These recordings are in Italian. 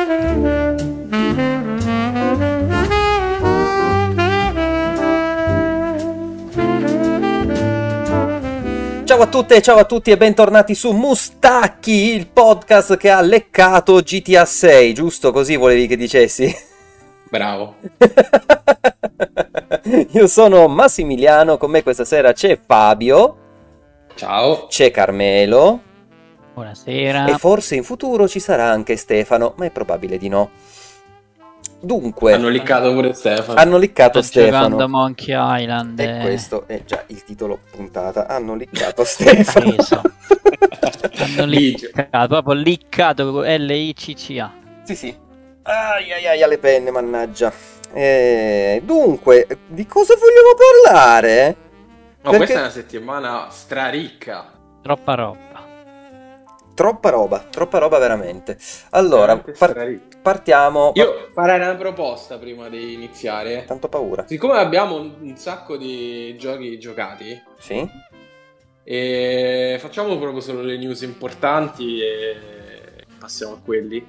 Ciao a tutte, ciao a tutti e bentornati su Mustacchi, il podcast che ha leccato GTA 6, giusto così volevi che dicessi? Bravo. Io sono Massimiliano, con me questa sera c'è Fabio, Ciao. c'è Carmelo Buonasera. e forse in futuro ci sarà anche Stefano, ma è probabile di no. Dunque, Hanno liccato pure Stefano. hanno liccato Sto giocando a Stefano. Monkey Island. E questo è già il titolo puntata. Hanno liccato Stefano. Preso. Hanno liccato, proprio liccato, L-I-C-C-A. Sì, sì. Ai ai ai alle penne, mannaggia. Dunque, di cosa vogliamo parlare? No, Perché questa è una settimana straricca. Troppa roba. troppa roba veramente. Allora, Veramente straricca. partiamo. Io farei una proposta prima di iniziare. Tanto paura. Siccome abbiamo un sacco di giochi giocati, Sì? e facciamo proprio solo le news importanti e passiamo a quelli.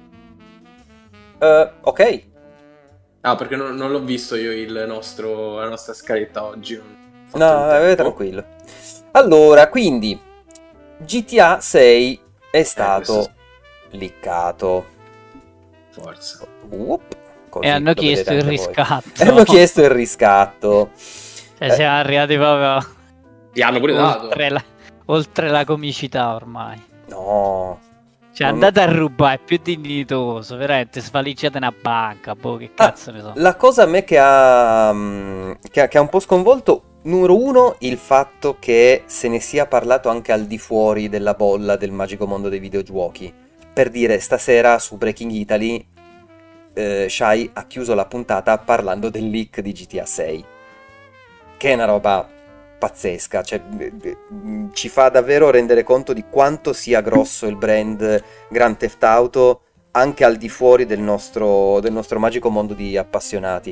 Ok. Ah, perché non l'ho visto io la nostra scaletta oggi. Non ho fatto No, in tempo. tranquillo. Allora, quindi GTA 6 è stato questo liccato. Forza. Così E hanno lo vedete chiesto il anche voi. riscatto. Hanno chiesto il riscatto. Cioè, siamo arrivati proprio Ti hanno pure dato. oltre la comicità ormai. No. Cioè, No, andate a rubare, è più dignitoso, veramente, svaliggiate una banca, boh, che cazzo ne so. La cosa a me che ha un po' sconvolto, numero uno, il fatto che se ne sia parlato anche al di fuori della bolla del magico mondo dei videogiochi. Per dire, stasera su Breaking Italy, Shai ha chiuso la puntata parlando del leak di GTA 6. Che è una roba pazzesca, cioè ci fa davvero rendere conto di quanto sia grosso il brand Grand Theft Auto anche al di fuori del nostro magico mondo di appassionati.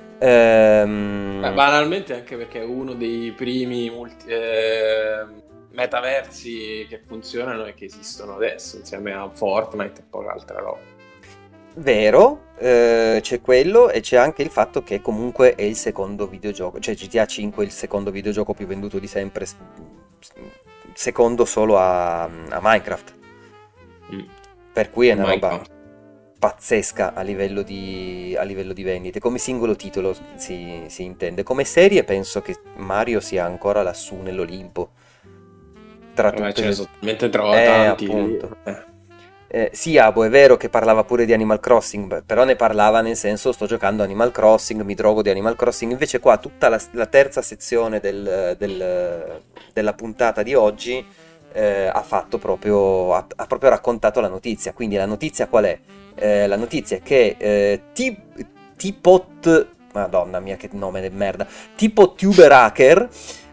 Banalmente anche perché è uno dei primi metaversi che funzionano e che esistono adesso, insieme a Fortnite e poca altra roba. Vero, c'è quello e c'è anche il fatto che comunque è il secondo videogioco, cioè GTA 5 è il secondo videogioco più venduto di sempre, secondo solo a Minecraft. Per cui è una roba pazzesca a livello di vendite. Come singolo titolo si intende. Come serie penso che Mario sia ancora lassù nell'Olimpo. Tra tutte Ce ne le... sono talmente tanti. Appunto. Sì, Abo, è vero che parlava pure di Animal Crossing, però ne parlava nel senso sto giocando Animal Crossing, mi drogo di Animal Crossing. Invece qua tutta la terza sezione della puntata di oggi ha proprio raccontato la notizia. Quindi la notizia qual è? La notizia è che Tipot, madonna mia che nome di merda, tipo Tuber Hacker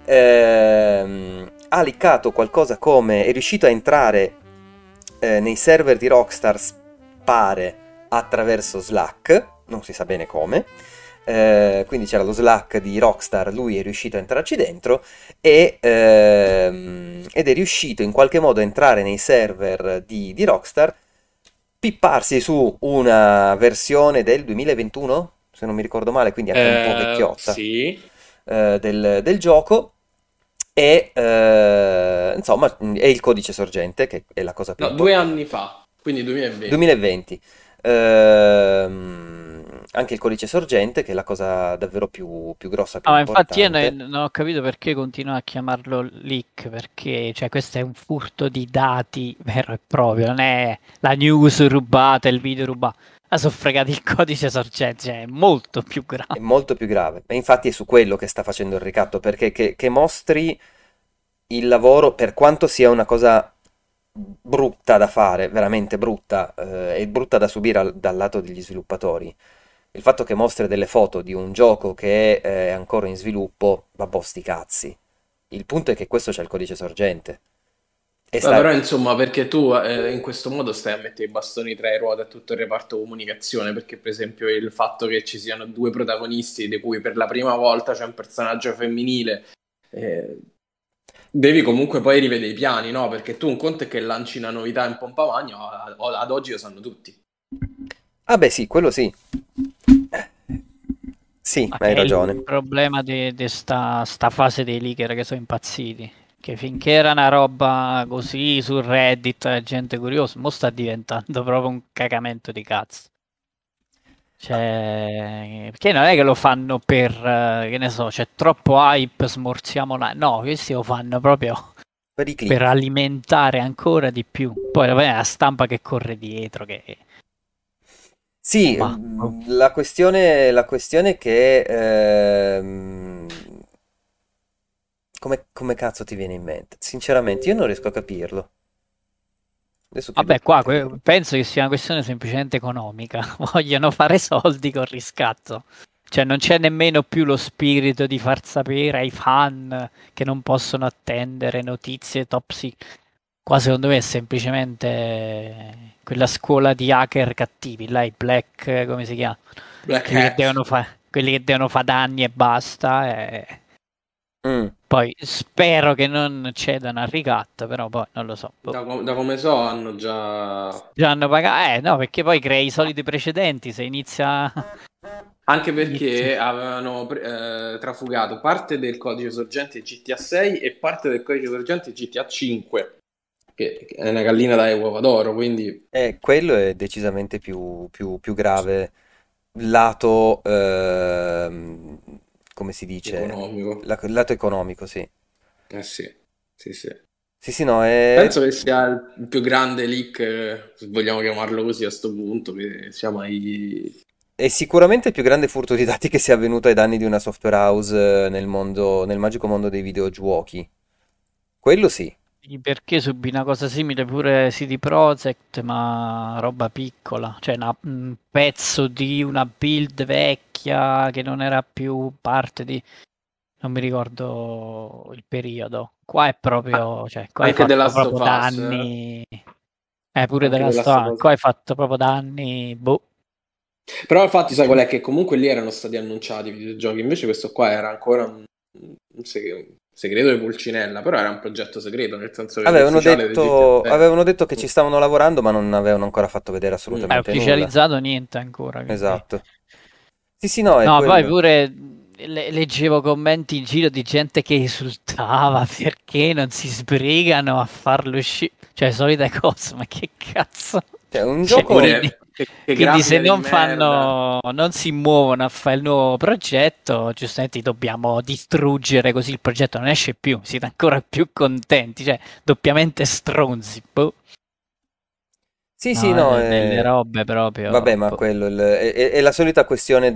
ha liccato qualcosa come è riuscito a entrare nei server di Rockstar, pare attraverso Slack, non si sa bene come. Quindi c'era lo Slack di Rockstar, lui è riuscito a entrarci dentro ed è riuscito in qualche modo a entrare nei server di Rockstar, pipparsi su una versione del 2021, se non mi ricordo male, quindi anche un po' vecchiotta, sì. del gioco. E insomma è il codice sorgente che è la cosa più No, 2 anni fa, quindi 2020. 2020. Anche il codice sorgente che è la cosa davvero più grossa, più Infatti io importante. non ho capito perché continuano a chiamarlo leak, perché cioè, questo è un furto di dati vero e proprio, non è la news rubata, il video rubato. Ma sono fregati il codice sorgente, cioè è molto più È grave. molto più grave. E infatti è su quello che sta facendo il ricatto, perché che mostri il lavoro, per quanto sia una cosa brutta da fare, veramente brutta, e brutta da subire dal lato degli sviluppatori. Il fatto che mostri delle foto di un gioco che è ancora in sviluppo, vabbè, sti cazzi. Il punto è che questo c'è il codice sorgente. E Però insomma, perché tu in questo modo stai a mettere i bastoni tra le ruote a tutto il reparto comunicazione, perché per esempio il fatto che ci siano 2 protagonisti di cui per la prima volta c'è un personaggio femminile, devi comunque poi rivedere i piani, no? Perché tu un conto è che lanci una novità in pompa magna, ad oggi lo sanno tutti. Ah beh sì, quello sì. Sì, Ma hai è il ragione. problema di sta fase dei leaker che sono impazziti. Che finché era una roba così su Reddit, la gente curiosa, mo sta diventando proprio un cagamento di cazzo. Cioè, perché non è che lo fanno per, che ne so, c'è troppo hype, smorziamo la... No, questi lo fanno proprio Per i per click. alimentare ancora di più. Poi vabbè, la stampa che corre dietro, che... Sì, Ma... oh. la questione è che come cazzo ti viene in mente? Sinceramente, io non riesco a capirlo. Adesso chiudo Vabbè, il qua telefono. penso che sia una questione semplicemente economica. Vogliono fare soldi col riscatto. Cioè, non c'è nemmeno più lo spirito di far sapere ai fan che non possono attendere notizie top secret. Qua secondo me è semplicemente quella scuola di hacker cattivi, là, i black, come si chiama? Black Hat. Quelli che devono fare danni e basta. Mm. Poi spero che non cedano al ricatto, però poi non lo so. Boh. Da come so hanno già... Già hanno pagato, no, perché poi crei i soliti precedenti, se inizia... Anche inizia. perché avevano trafugato parte del codice sorgente GTA 6 e parte del codice sorgente GTA 5, che è una gallina dalle uova d'oro, quindi Quello è decisamente più grave. Lato, come si dice? economico. Lato economico, sì. Eh sì, sì, sì. Sì, sì, no, Penso che sia il più grande leak, se vogliamo chiamarlo così a sto punto, che sia mai... è sicuramente il più grande furto di dati che sia avvenuto ai danni di una software house nel mondo, nel magico mondo dei videogiochi. Quello sì. Perché subì una cosa simile pure CD Projekt, ma roba piccola, cioè un pezzo di una build vecchia che non era più parte di... Non mi ricordo il periodo. Qua è Ah, proprio, cioè, qua hai anche The fatto Last proprio of Us, danni. Pure anche della The Last of storia, Us. qua hai fatto proprio danni, boh. Però infatti sai qual è? Che comunque lì erano stati annunciati i videogiochi, invece questo qua era ancora un segreto di Pulcinella, però era un progetto segreto, nel senso che Avevano l'ufficiale del GTA detto, 6. avevano detto che ci stavano lavorando, ma non avevano ancora fatto vedere È assolutamente nulla. ufficializzato niente ancora, quindi... Esatto. Sì, sì, no, è No, poi quello. pure leggevo commenti in giro di gente che esultava perché non si sbrigano a farlo uscire. Cioè, solite cose, ma che cazzo? Cioè, un Cioè, gioco. Che quindi se grafica di non merda. fanno, non si muovono a fare il nuovo progetto, giustamente dobbiamo distruggere così il progetto non esce più, siete ancora più contenti, cioè, doppiamente stronzi. Boh. Sì, sì, No, no, delle robe proprio. vabbè, ma Boh. quello è la solita questione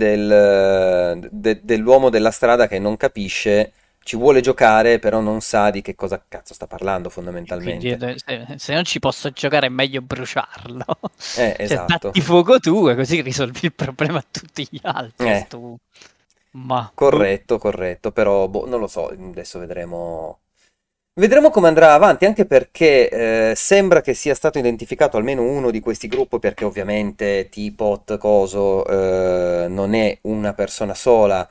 dell'uomo della strada che non capisce, ci vuole giocare, però non sa di che cosa cazzo sta parlando E quindi fondamentalmente. se non ci posso giocare è meglio bruciarlo. Cioè, Esatto. datti fuoco tu e così risolvi il problema a tutti gli altri. Eh, Ma, boh. corretto, corretto, però boh, non lo so, adesso vedremo. Vedremo come andrà avanti, anche perché sembra che sia stato identificato almeno uno di questi gruppi, perché ovviamente Teapot Coso non è una persona sola,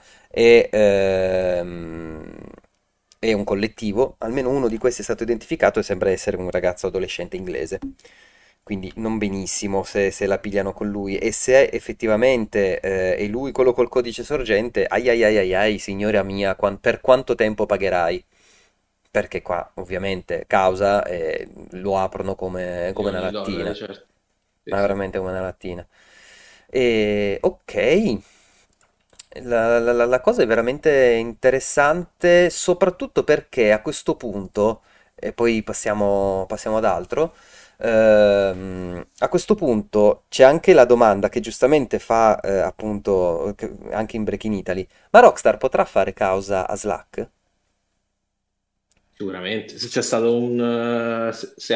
è un collettivo, almeno uno di questi è stato identificato e sembra essere un ragazzo adolescente inglese. Quindi non benissimo se la pigliano con lui. E se effettivamente è lui quello col codice sorgente, ai ai ai ai ai, signora mia, per quanto tempo pagherai? Perché qua ovviamente causa e lo aprono come una Milioni di dollari, lattina, certo. Sì, ma sì. veramente come una lattina. E ok, la cosa è veramente interessante, soprattutto perché a questo punto, e poi passiamo ad altro, a questo punto c'è anche la domanda che giustamente fa appunto anche in Breaking Italy, ma Rockstar potrà fare causa a Slack? Sicuramente. Se c'è stato un... se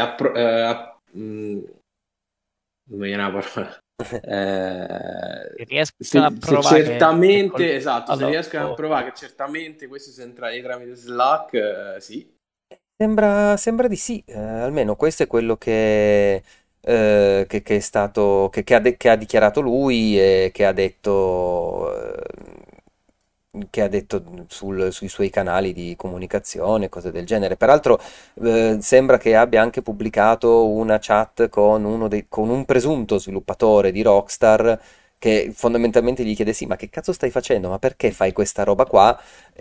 non mi viene la parola. Se riescono a Se provare che è certamente, colpa... esatto, se Allora, riescono a oh. provare che certamente questi sono entrati tramite Slack, sì. Sembra di sì, almeno questo è quello che è stato, che ha dichiarato lui e che ha detto che ha detto sui suoi canali di comunicazione, cose del genere. Peraltro, sembra che abbia anche pubblicato una chat con un presunto sviluppatore di Rockstar che fondamentalmente gli chiede: sì, ma che cazzo stai facendo? Ma perché fai questa roba qua?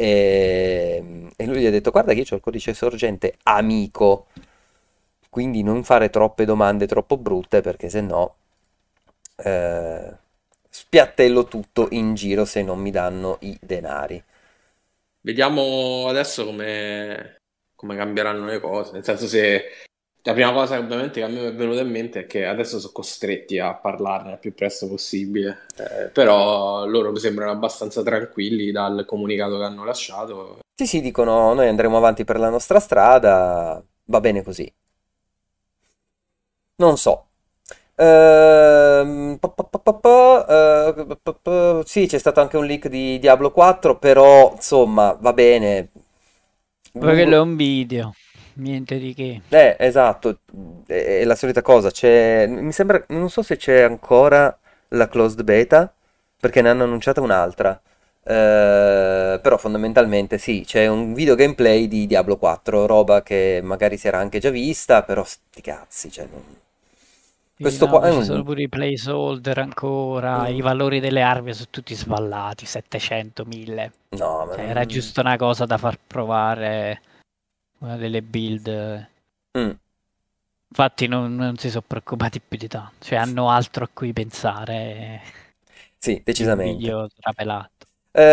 E lui gli ha detto: guarda che io ho il codice sorgente amico, quindi non fare troppe domande troppo brutte perché sennò eh, spiattello tutto in giro se non mi danno i denari. Vediamo adesso come cambieranno le cose. Nel senso, se la prima cosa ovviamente che a me è venuta in mente è che adesso sono costretti a parlarne il più presto possibile. Però loro mi sembrano abbastanza tranquilli dal comunicato che hanno lasciato. Sì, sì, dicono noi andremo avanti per la nostra strada, va bene così. Non so. Sì, c'è stato anche un leak di Diablo 4, però insomma, va bene. Poi quello è Lungo. un video, niente di che. Esatto, è la solita cosa. Mi sembra, non so se c'è ancora la closed beta, perché ne hanno annunciata un'altra. Però fondamentalmente sì, c'è un video gameplay di Diablo 4, roba che magari si era anche già vista, però sti cazzi, cioè, Sì, questo no, qua è poi ci un... sono pure i placeholder ancora, i Mm, valori delle armi sono tutti sballati, 700, 1000. no, ma Cioè, era non... giusto una cosa da far provare una delle build. Mm, Infatti non si sono preoccupati più di tanto, cioè hanno altro a cui pensare sì, di un decisamente. video trapelato.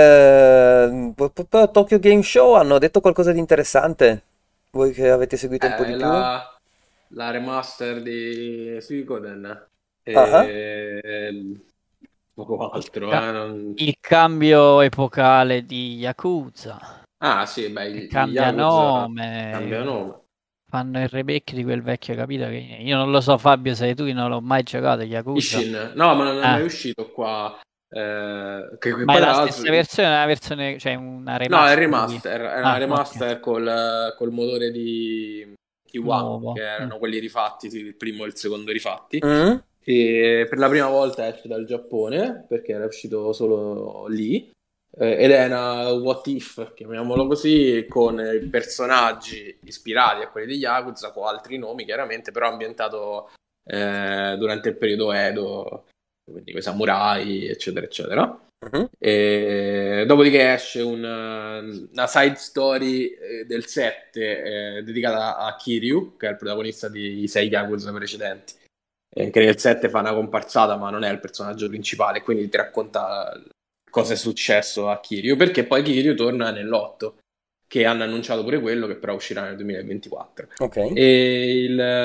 Tokyo Game Show hanno detto qualcosa di interessante? Voi che avete seguito un po' di più? La remaster di Suikoden Ah, e poco altro. Ca- Il cambio epocale di Yakuza, Ah sì, beh, che gli cambia Yakuza cambia nome, nome. fanno il remake di quel vecchio capito che io non lo so Fabio, sei tu, io non l'ho mai giocato Yakuza. Ishin, no, ma non è mai Ah, uscito qua. Che ma è poi la tra l'altro. stessa versione, è una versione, cioè una No, è il remaster di... remaster, è una Ah, ok, remaster col motore di Kiwami, che nuovo. erano quelli rifatti, sì, il primo e il secondo rifatti. mm? E per la prima volta esce dal Giappone, perché era uscito solo lì, ed è una what if, chiamiamolo così, con personaggi ispirati a quelli di Yakuza, con altri nomi chiaramente, però ambientato durante il periodo Edo, quindi con i samurai, eccetera, eccetera. Mhm. E dopodiché esce una side story del 7 dedicata a Kiryu, che è il protagonista dei 6 Yakuza precedenti, che nel 7 fa una comparsata, ma non è il personaggio principale, quindi ti racconta cosa è successo a Kiryu, perché poi Kiryu torna nell'8, che hanno annunciato pure quello, che però uscirà nel 2024. Ok. E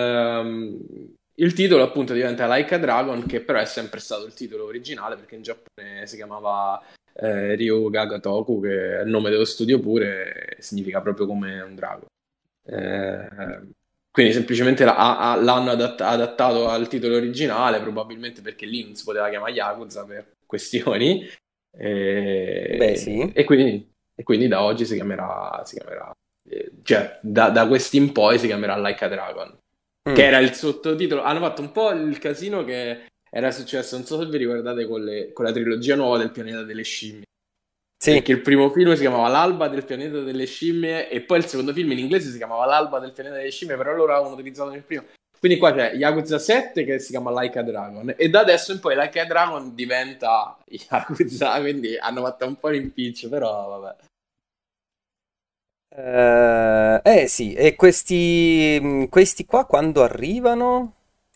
il titolo appunto diventa Like a Dragon, che però è sempre stato il titolo originale, perché in Giappone si chiamava Ryo Gagatoku, che è il nome dello studio pure, e significa proprio come un drago. Eh, quindi semplicemente l'hanno adattato al titolo originale, probabilmente perché lì non si poteva chiamare Yakuza per questioni, Beh, sì. e quindi da oggi si chiamerà cioè da questi in poi si chiamerà Like a Dragon, che Mm. era il sottotitolo. Hanno fatto un po' il casino che era successo, non so se vi ricordate, con la trilogia nuova del pianeta delle scimmie, Sì. che il primo film si chiamava L'alba del pianeta delle scimmie e poi il secondo film in inglese si chiamava L'alba del pianeta delle scimmie, però loro avevano utilizzato nel primo. Quindi qua c'è Yakuza 7 che si chiama Like a Dragon e da adesso in poi Like a Dragon diventa Yakuza, quindi hanno fatto un po' l'impiccio, però vabbè. Sì, e questi qua quando arrivano?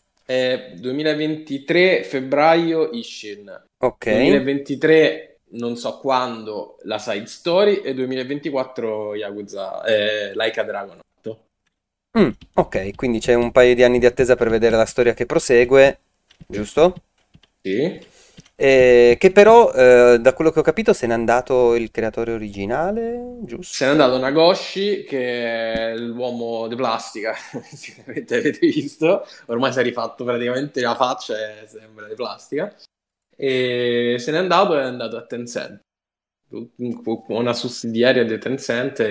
2023 febbraio Ishin, Ok. 2023 non so quando la side story e 2024 Yakuza Like a Dragon 8. Ok, quindi c'è un paio di anni di attesa per vedere la storia che prosegue, giusto? Sì. Che però, da quello che ho capito, se n'è andato il creatore originale, Se n'è giusto? andato Nagoshi, che è l'uomo di plastica, sicuramente avete visto, ormai si è rifatto praticamente la faccia e sembra di plastica, e se n'è andato e è andato a Tencent, una sussidiaria di Tencent,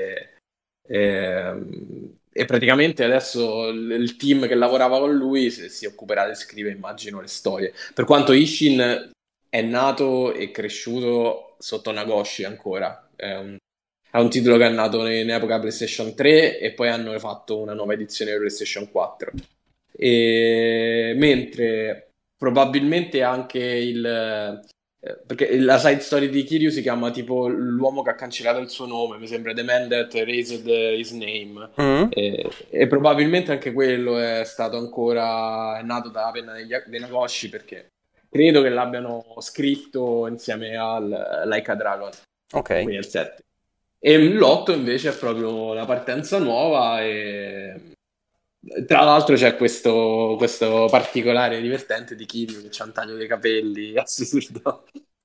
e praticamente adesso il team che lavorava con lui si occuperà di scrivere, immagino, le storie. Per quanto Ishin è nato e cresciuto sotto Nagoshi ancora. È un titolo che è nato in epoca PlayStation 3 e poi hanno fatto una nuova edizione per PlayStation 4. Mentre probabilmente anche perché la side story di Kiryu si chiama tipo l'uomo che ha cancellato il suo nome, mi sembra The Man That Erased His Name. Mm? E probabilmente anche quello è nato dalla penna dei Nagoshi, perché credo che l'abbiano scritto insieme al Like a Dragon, Ok. quindi al 7. E l'8 invece è proprio la partenza nuova e tra l'altro c'è questo particolare divertente di Kiryu che c'ha un taglio dei capelli assurdo,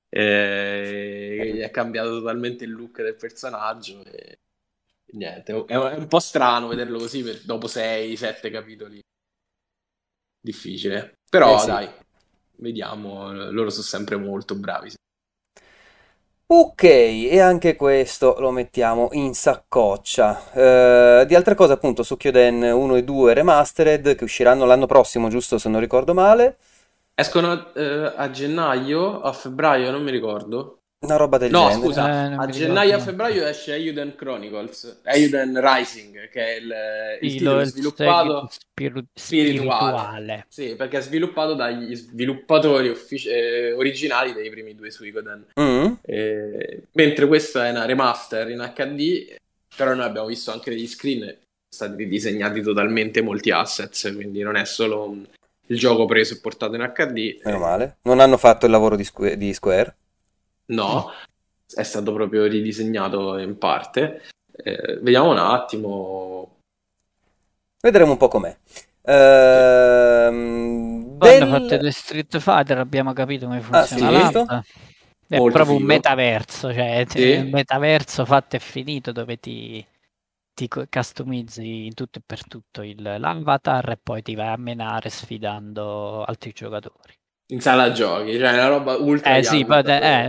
e gli è cambiato totalmente il look del personaggio e niente, è un po' strano vederlo così dopo 6-7 capitoli, difficile, Eh però sì. dai, vediamo, loro sono sempre molto bravi. Ok, e anche questo lo mettiamo in saccoccia. Di altre cose, appunto, su Kyoden 1 e 2 Remastered, che usciranno l'anno prossimo, giusto se non ricordo male. Escono a gennaio, a febbraio, non mi ricordo. Una roba del No, genere. scusa, Non a mi gennaio e ricordo. a febbraio esce Eiyuden Chronicles, Eiyuden Rising, che è il Sì, titolo il seguito sviluppato spirituale. spirituale. Sì, perché è sviluppato dagli sviluppatori originali dei primi due Suikoden. Mm? Mentre questa è una remaster in HD, però noi abbiamo visto anche degli screen, sono stati ridisegnati totalmente molti assets, quindi non è solo il gioco preso e portato in HD. Meno male. Non hanno fatto il lavoro di Square. No, è stato proprio ridisegnato in parte. Vediamo un attimo. Vedremo un po' com'è. Sì. Poi hanno fatto i Del... due Street Fighter, abbiamo capito come Ah sì, funziona Sì, l'hub. È molto proprio un figo. metaverso, cioè è un Sì, metaverso fatto e finito dove ti customizzi in tutto e per tutto l'avatar e poi ti vai a menare sfidando altri giocatori. in sala giochi, cioè è una roba ultra Sì, poi, Yakuza proprio.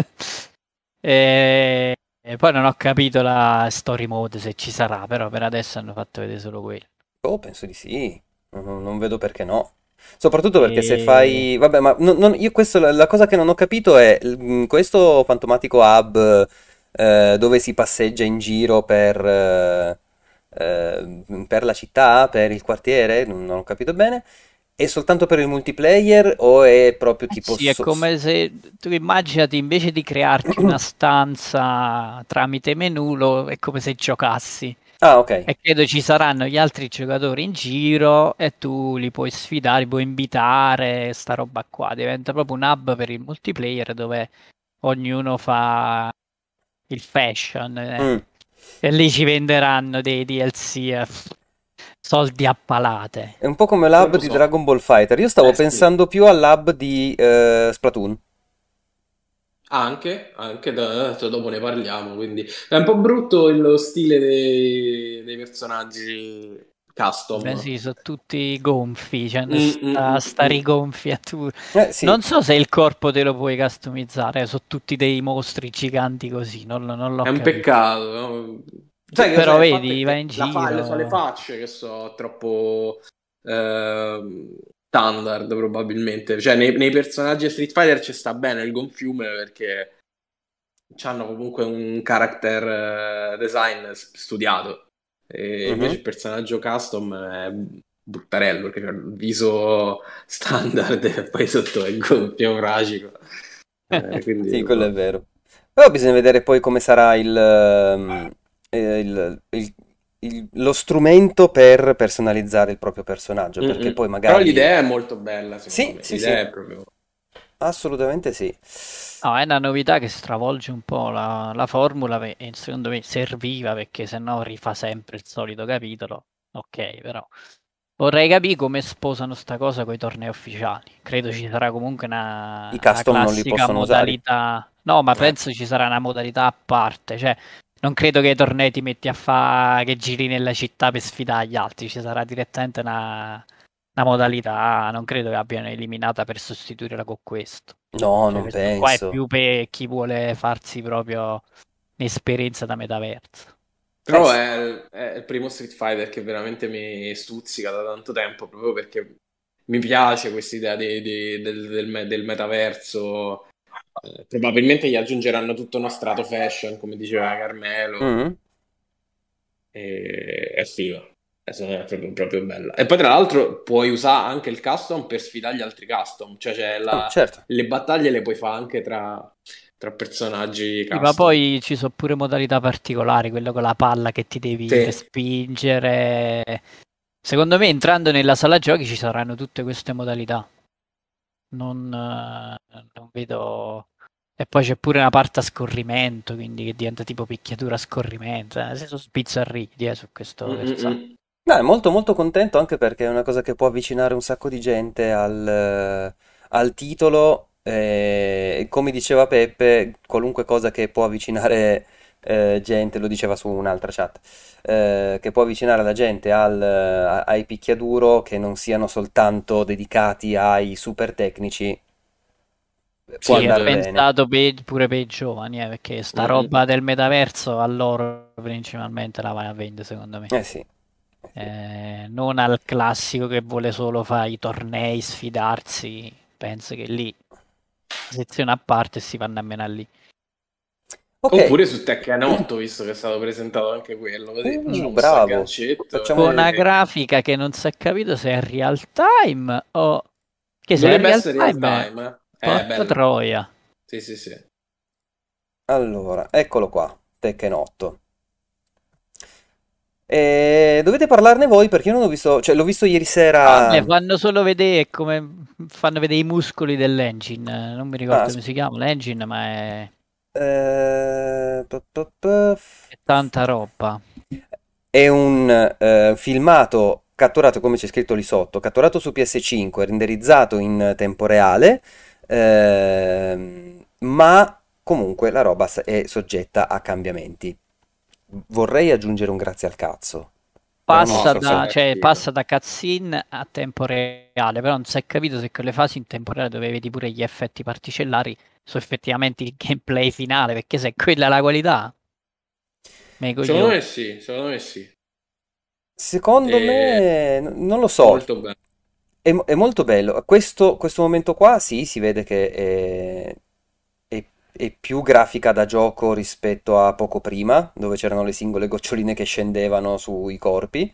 e poi non ho capito la story mode se ci sarà, però per adesso hanno fatto vedere solo quello. Oh, penso di sì. Non vedo perché no. Soprattutto perché se E fai... Vabbè, ma io questo, la cosa che non ho capito è questo fantomatico hub dove si passeggia in giro per la città, per il quartiere, non ho capito bene. È soltanto per il multiplayer o è proprio tipo... sì, è come se tu immaginati invece di crearti una stanza tramite menu, è come se giocassi. Ah, ok. E credo ci saranno gli altri giocatori in giro e tu li puoi sfidare, li puoi invitare, sta roba qua. Diventa proprio un hub per il multiplayer dove ognuno fa il fashion Mm. e lì ci venderanno dei DLC soldi a palate. È un po' come Non l'hub lo di so. Dragon Ball Fighter. Io stavo Sì. pensando più all'hub di Splatoon. Anche adesso dopo ne parliamo, quindi è un po' brutto lo stile dei personaggi Beh custom. sì, sono tutti gonfi, cioè Mm, mm, mm, sta mm. rigonfiatura. Sì, Non so se il corpo te lo puoi customizzare, sono tutti dei mostri giganti così, non l'ho È un capito. peccato, no? Sai che Però cos'è? Il fatto è vedi, vai in che so le giro. facce che so troppo standard probabilmente. Cioè nei personaggi di Street Fighter ci sta bene il gonfiume perché hanno comunque un character design studiato. E invece mhm. il personaggio custom è buttarello perché c'ha il viso standard e poi sotto è gonfio fragico. Quindi Sì, quello è boh. vero. Però bisogna vedere poi come sarà lo strumento per personalizzare il proprio personaggio, perché Mm-mm. poi Però magari... l'idea è molto bella, secondo Sì, me. sì, L'idea sì, è proprio. assolutamente sì. No, è una novità che stravolge un po' la formula e secondo me serviva perché sennò rifà sempre il solito capitolo. Ok, però vorrei capire come sposano sta cosa con i tornei ufficiali. Credo ci sarà comunque I una custom non li classica possono usare. modalità. No, ma Eh, penso ci sarà una modalità a parte. Cioè, non credo che i tornei ti metti a fare che giri nella città per sfidare gli altri. Ci sarà direttamente una modalità. Non credo che abbiano eliminata per sostituirla con questo. No, Cioè, non questo qua è penso. più per chi vuole farsi proprio un'esperienza da metaverso. Però Sì. è il primo Street Fighter che veramente mi stuzzica da tanto tempo, proprio perché mi piace questa idea del metaverso. Probabilmente gli aggiungeranno tutto uno strato fashion, come diceva Carmelo, Mm? e è figo. È proprio bella. E poi, tra l'altro, puoi usare anche il custom per sfidare gli altri custom, cioè Certo. le battaglie le puoi fare anche tra personaggi Sì, ma custom. poi ci sono pure modalità particolari, quello con la palla che ti devi Sì. respingere. Secondo me, entrando nella sala giochi ci saranno tutte queste modalità. Non vedo. E poi c'è pure una parte a scorrimento, quindi che diventa tipo picchiatura a scorrimento. Nel senso sbizzarriti su questo Mm, mm, versante. mm. No, è molto molto contento anche perché è una cosa che può avvicinare un sacco di gente al titolo. E come diceva Peppe, qualunque cosa che può avvicinare gente, lo diceva su un'altra chat, che può avvicinare la gente ai picchiaduro che non siano soltanto dedicati ai super tecnici, può Sì, Sì, è è andare vero. bene. pensato pure per i giovani, perché Mm, sta mm. roba del metaverso a loro principalmente la vai a vendere, secondo me. Eh sì, eh sì. Non al classico che vuole solo fare i tornei, sfidarsi. Penso che lì sezione a parte e si vanno a menare lì. Ok. Oppure su Tekken 8, visto che è stato presentato anche quello, così facciamo questo Bravo. aggancetto. Con Facciamo... una grafica che non si è capito se è real time o che se è Dovrebbe real essere real time è time, eh? porca Bello. troia. Sì, sì, sì. Allora, eccolo qua, Tekken 8. E dovete parlarne voi perché io non l'ho visto, cioè l'ho visto ieri Vabbè, sera. fanno solo vedere come fanno vedere i muscoli dell'engine. Non mi Ah, ricordo come si chiama l'engine, ma è tanta roba. è un filmato catturato, come c'è scritto lì sotto, catturato su PS5, renderizzato in tempo reale, ma comunque la roba è soggetta a cambiamenti. Vorrei aggiungere un grazie al cazzo, però non Passa so Porca da, se... cioè, miseria. passa da cutscene a tempo reale, però non si è capito se quelle fasi in tempo reale dove vedi pure gli effetti particellari sono effettivamente il gameplay finale, perché se quella è la qualità, me i Secondo coglioni. me sì, secondo me sì. Secondo È me, non lo so, molto bello. è molto bello. Questo momento qua, sì, si vede che è più grafica da gioco rispetto a poco prima, dove c'erano le singole goccioline che scendevano sui corpi.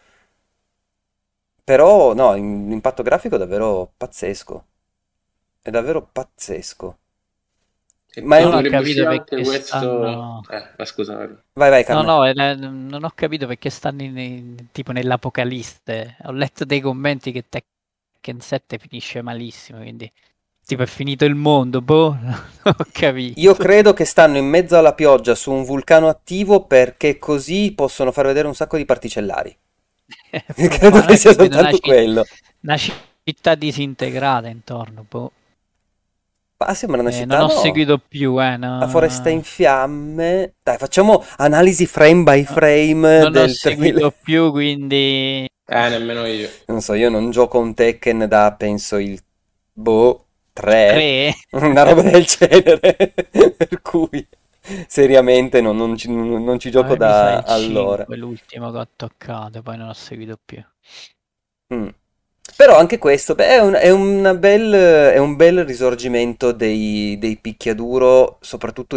Però, no, l'impatto grafico è davvero pazzesco. È davvero pazzesco. Ma è Non un... ho Dovrebbe capito uscire anche perché questo. stanno. Ma scusa, Mario. Vai, vai, No, Carme. no, non ho capito perché stanno tipo nell'apocalisse. Ho letto dei commenti che Tekken 7 finisce malissimo, quindi tipo è finito il mondo, boh, non ho Io capito. credo che stanno in mezzo alla pioggia su un vulcano attivo perché così possono far vedere un sacco di particellari. È Credo che probabile sia che vedo soltanto quello. una città disintegrata intorno, boh. Ma sembra una Non città, ho no? seguito più, La foresta in no. fiamme. Dai, facciamo analisi frame by No, frame non ho del trailer. seguito più, quindi Nemmeno io. Non so, io non gioco un Tekken da, penso, il boh, 3, 3. una roba del genere. Per cui, seriamente, non ci A gioco me mi sa da il allora. 5 l'ultimo che ho toccato, poi non ho seguito più. Mm. Però anche questo, beh, è un bel risorgimento dei picchiaduro, soprattutto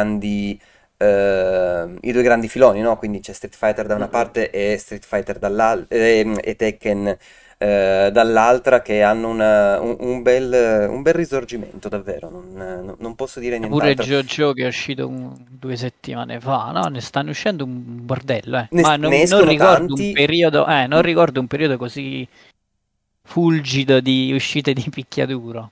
i due grandi filoni, no? Quindi c'è Street Fighter da una Mm-mm. parte e Street Fighter dall'altra, e Tekken dall'altra, che hanno un bel risorgimento, davvero, non posso dire Pure nient'altro. JoJo che è uscito 2 settimane fa, no? Ne stanno uscendo un bordello, eh. Ne, Ma ne non escono ricordo un tanti. periodo, non ricordo un periodo così fulgido di uscite di picchiaduro.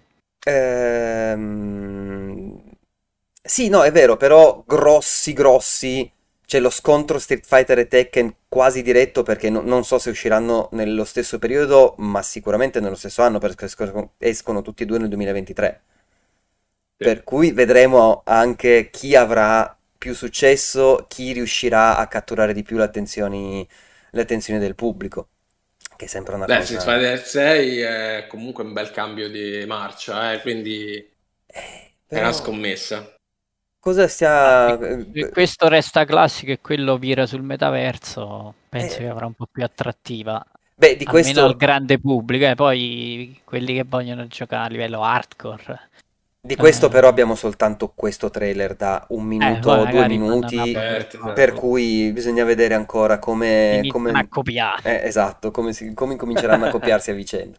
Ehm, Sì, no, è vero, però grossi, grossi. C'è lo scontro Street Fighter e Tekken quasi diretto perché non so se usciranno nello stesso periodo, ma sicuramente nello stesso anno perché escono tutti e due nel 2023. Sì. Per cui vedremo anche chi avrà più successo, chi riuscirà a catturare di più le attenzioni del pubblico, che è sempre una Beh, Street cosa... Fighter 6 è comunque un bel cambio di marcia, quindi è una Però scommessa. cosa Ah, stia... se questo resta classico e quello vira sul metaverso, penso eh, che avrà un po' più attrattiva, beh, di almeno al questo... grande pubblico, poi quelli che vogliono giocare a livello hardcore. Di questo però abbiamo soltanto questo trailer da un Poi minuto, due magari fanno una minuti, Certo, per certo. promozione, cui bisogna vedere ancora iniziano a copiare. esatto, come incominceranno a copiarsi a vicenda.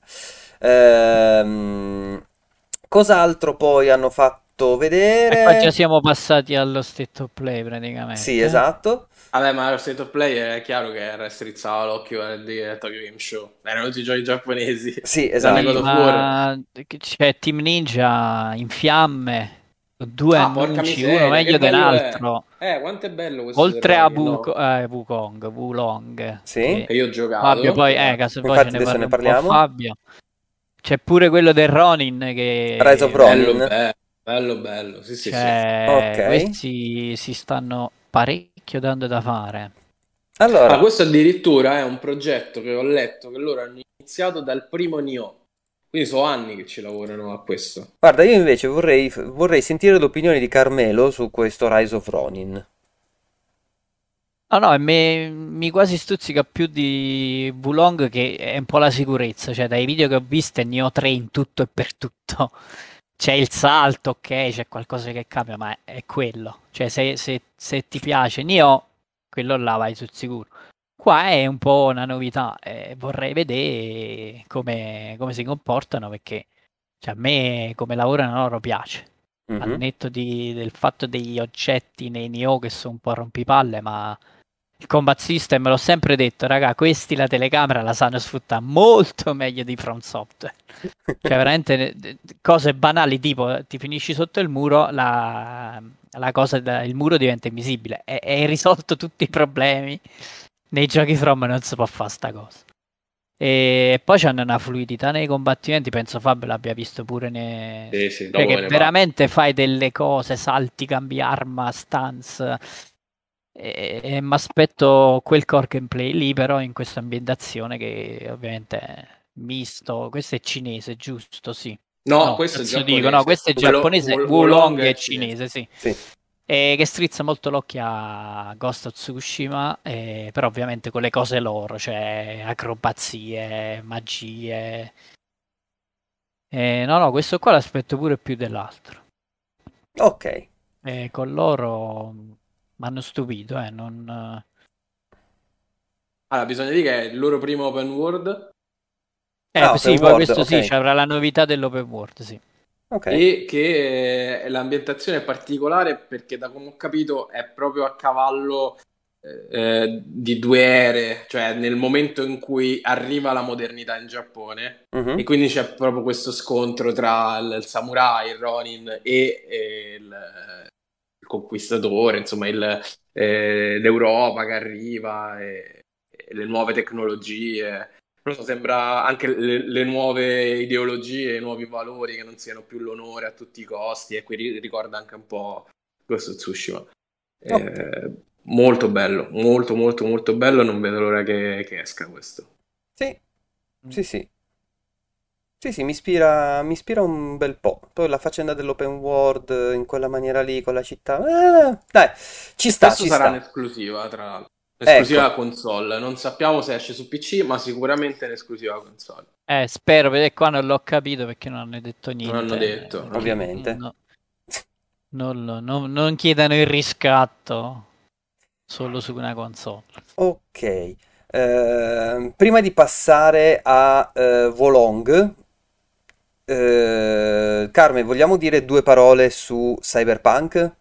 Ehm, Cos'altro poi hanno fatto E qua già vedere? siamo passati allo state of play Sì, praticamente. esatto. Vabbè, ma lo State of Play è chiaro che strizzava l'occhio di Tokyo Game Show. Erano tutti i giochi giapponesi, Sì, tranne God Sì, esatto. of War. ma c'è Team Ninja in fiamme, con due Ah, porca annunci, uno miseria, che meglio bello è! dell'altro. Quanto è bello questo del Oltre a Ronin, no? Wulong, Sì. Che io ho Fabio giocato. poi, caso poi ce Infatti ne adesso parla ne un po' parliamo. Fabio. C'è pure quello del Ronin Rise of che Bello, Ronin. bello, bello, bello. Sì, sì, sì. Ok. questi si stanno parecchio dando da fare. Ah, Allora, questo addirittura è un progetto che ho letto che loro hanno iniziato dal primo Nioh. Quindi sono anni che ci lavorano a questo. guarda, io invece vorrei sentire l'opinione di Carmelo su questo Rise of Ronin. No, no, mi quasi stuzzica più di Wulong che è un po' la sicurezza, cioè dai video che ho visto ne ho tre in tutto e per tutto. C'è il salto, ok, c'è qualcosa che cambia, ma è quello. Cioè se ti piace Nioh, quello là vai sul sicuro. Qua è un po' una novità, vorrei vedere come si comportano perché cioè, a me come lavorano loro piace. Al Mhm. netto del fatto degli oggetti nei Nioh che sono un po' rompipalle, ma il combat system, l'ho sempre detto, raga, questi la telecamera la sanno sfruttare molto meglio di From Software. Cioè, veramente cose banali, tipo ti finisci sotto il muro, il muro diventa invisibile. E hai risolto tutti i problemi. Nei giochi From non si può fare sta cosa. E poi c'hanno una fluidità nei combattimenti, penso Fabio l'abbia visto pure Sì, sì, cioè dopo che me ne parlo. veramente fai delle cose, salti, cambi arma, stance, e mi aspetto quel core gameplay lì, però in questa ambientazione che ovviamente è misto. Questo è cinese, giusto? Sì. No, No, questo è cazzo dico, no, giapponese. questo è Già- giapponese, Wolong Wulong è è cinese. cinese, sì. sì. E che strizza molto l'occhio a Ghost of Tsushima, però ovviamente con le cose loro, cioè acrobazie, magie. No, no, questo qua l'aspetto pure più dell'altro. Ok. Con loro mi hanno stupito, non. Allora, bisogna dire che è il loro primo open world Ah, Sì, open poi world, questo ok. sì, ci avrà la novità dell'open world, sì. Ok. e che l'ambientazione è particolare perché, da come ho capito, è proprio a cavallo di due ere, cioè nel momento in cui arriva la modernità in Giappone. E Mhm. quindi c'è proprio questo scontro tra il samurai, il Ronin e il conquistatore, insomma, l'Europa che arriva e le nuove tecnologie. Non so, sembra anche le nuove ideologie, i nuovi valori che non siano più l'onore a tutti i costi, e qui ricorda anche un po' questo Tsushima. Ok. Molto bello, molto molto molto bello, non vedo l'ora che esca questo. Sì, Mm. sì, sì. Sì, sì, mi ispira un bel po'. Poi la faccenda dell'open world in quella maniera lì con la città. Dai, ci sta, Questo ci sarà sta. un'esclusiva, tra l'altro. Ecco. Un'esclusiva console. Non sappiamo se esce su PC, ma sicuramente è un'esclusiva console. Spero, perché qua non l'ho capito perché non hanno detto Non hanno niente. detto. Ovviamente. No, non chiedano il riscatto solo su una console. Ok. Prima di passare a Volong, Carmen, vogliamo dire due parole su Cyberpunk?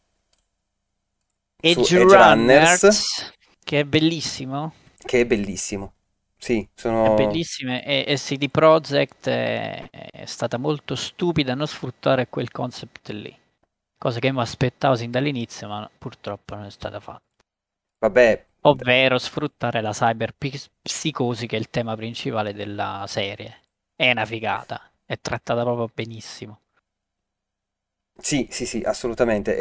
Su Edge Edge Runners, Runners, che è bellissimo. che è bellissimo. Sì, È sono... bellissima e CD Projekt è stata molto stupida a non sfruttare quel concept lì, cosa che mi aspettavo sin dall'inizio, ma purtroppo non è stata fatta. Vabbè, Ovvero sfruttare la cyberpsicosi che è il tema principale della serie. È una figata, è trattata proprio benissimo. sì, sì, sì, assolutamente.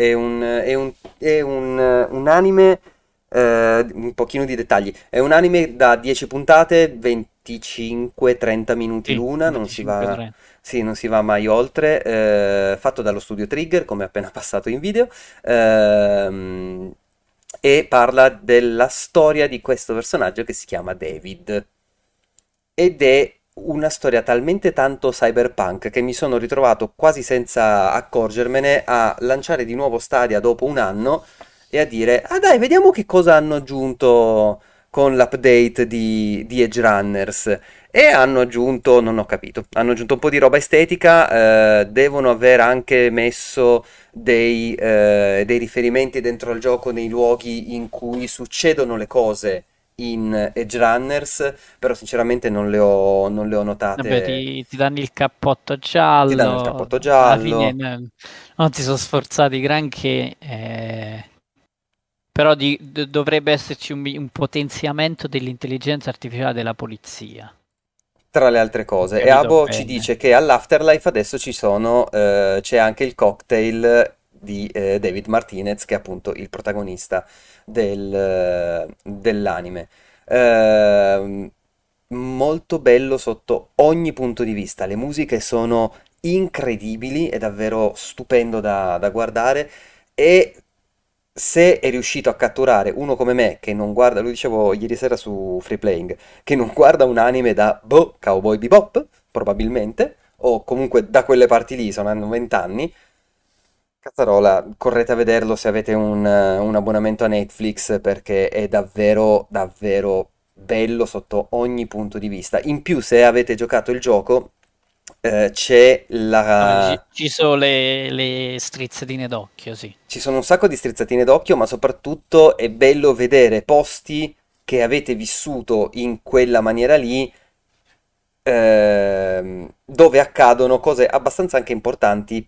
Un anime, un pochino di dettagli. È un anime da 10 puntate, 25-30 minuti Sì, l'una, non si va, 25-30. sì, non si va mai oltre. Fatto dallo studio Trigger, come appena passato in video. ehm, e parla della storia di questo personaggio che si chiama David. Ed è una storia talmente tanto cyberpunk che mi sono ritrovato quasi senza accorgermene a lanciare di nuovo Stadia dopo un anno e a dire, ah dai, vediamo che cosa hanno aggiunto con l'update di Edge Runners. E hanno aggiunto, non ho capito, hanno aggiunto un po' di roba estetica, devono aver anche messo dei riferimenti dentro al gioco nei luoghi in cui succedono le cose in Edge Runners, però sinceramente non le ho Vabbè, notate. ti danno il cappotto Ti danno il giallo, cappotto alla fine giallo. non si sono sforzati granché, però dovrebbe esserci un potenziamento dell'intelligenza artificiale della polizia. Tra le altre Ho cose. E capito Abo ci bene. dice che all'Afterlife adesso c'è anche il cocktail di David Martinez, che è appunto il protagonista dell'anime. Ehm, Molto bello sotto ogni punto di vista. Le musiche sono incredibili, è davvero stupendo da guardare. E se è riuscito a catturare uno come me, che non guarda, lo dicevo ieri sera su Free Playing, che non guarda un anime da boh, Cowboy Bebop, probabilmente, o comunque da quelle parti lì, hanno 20 anni. Cazzarola, correte a vederlo se avete un abbonamento a Netflix perché è davvero, davvero bello sotto ogni punto di vista. In più, se avete giocato il gioco, c'è No, la. ci sono le strizzatine d'occhio, sì. Ci sono un sacco di strizzatine d'occhio, ma soprattutto è bello vedere posti che avete vissuto in quella maniera lì, dove accadono cose abbastanza anche importanti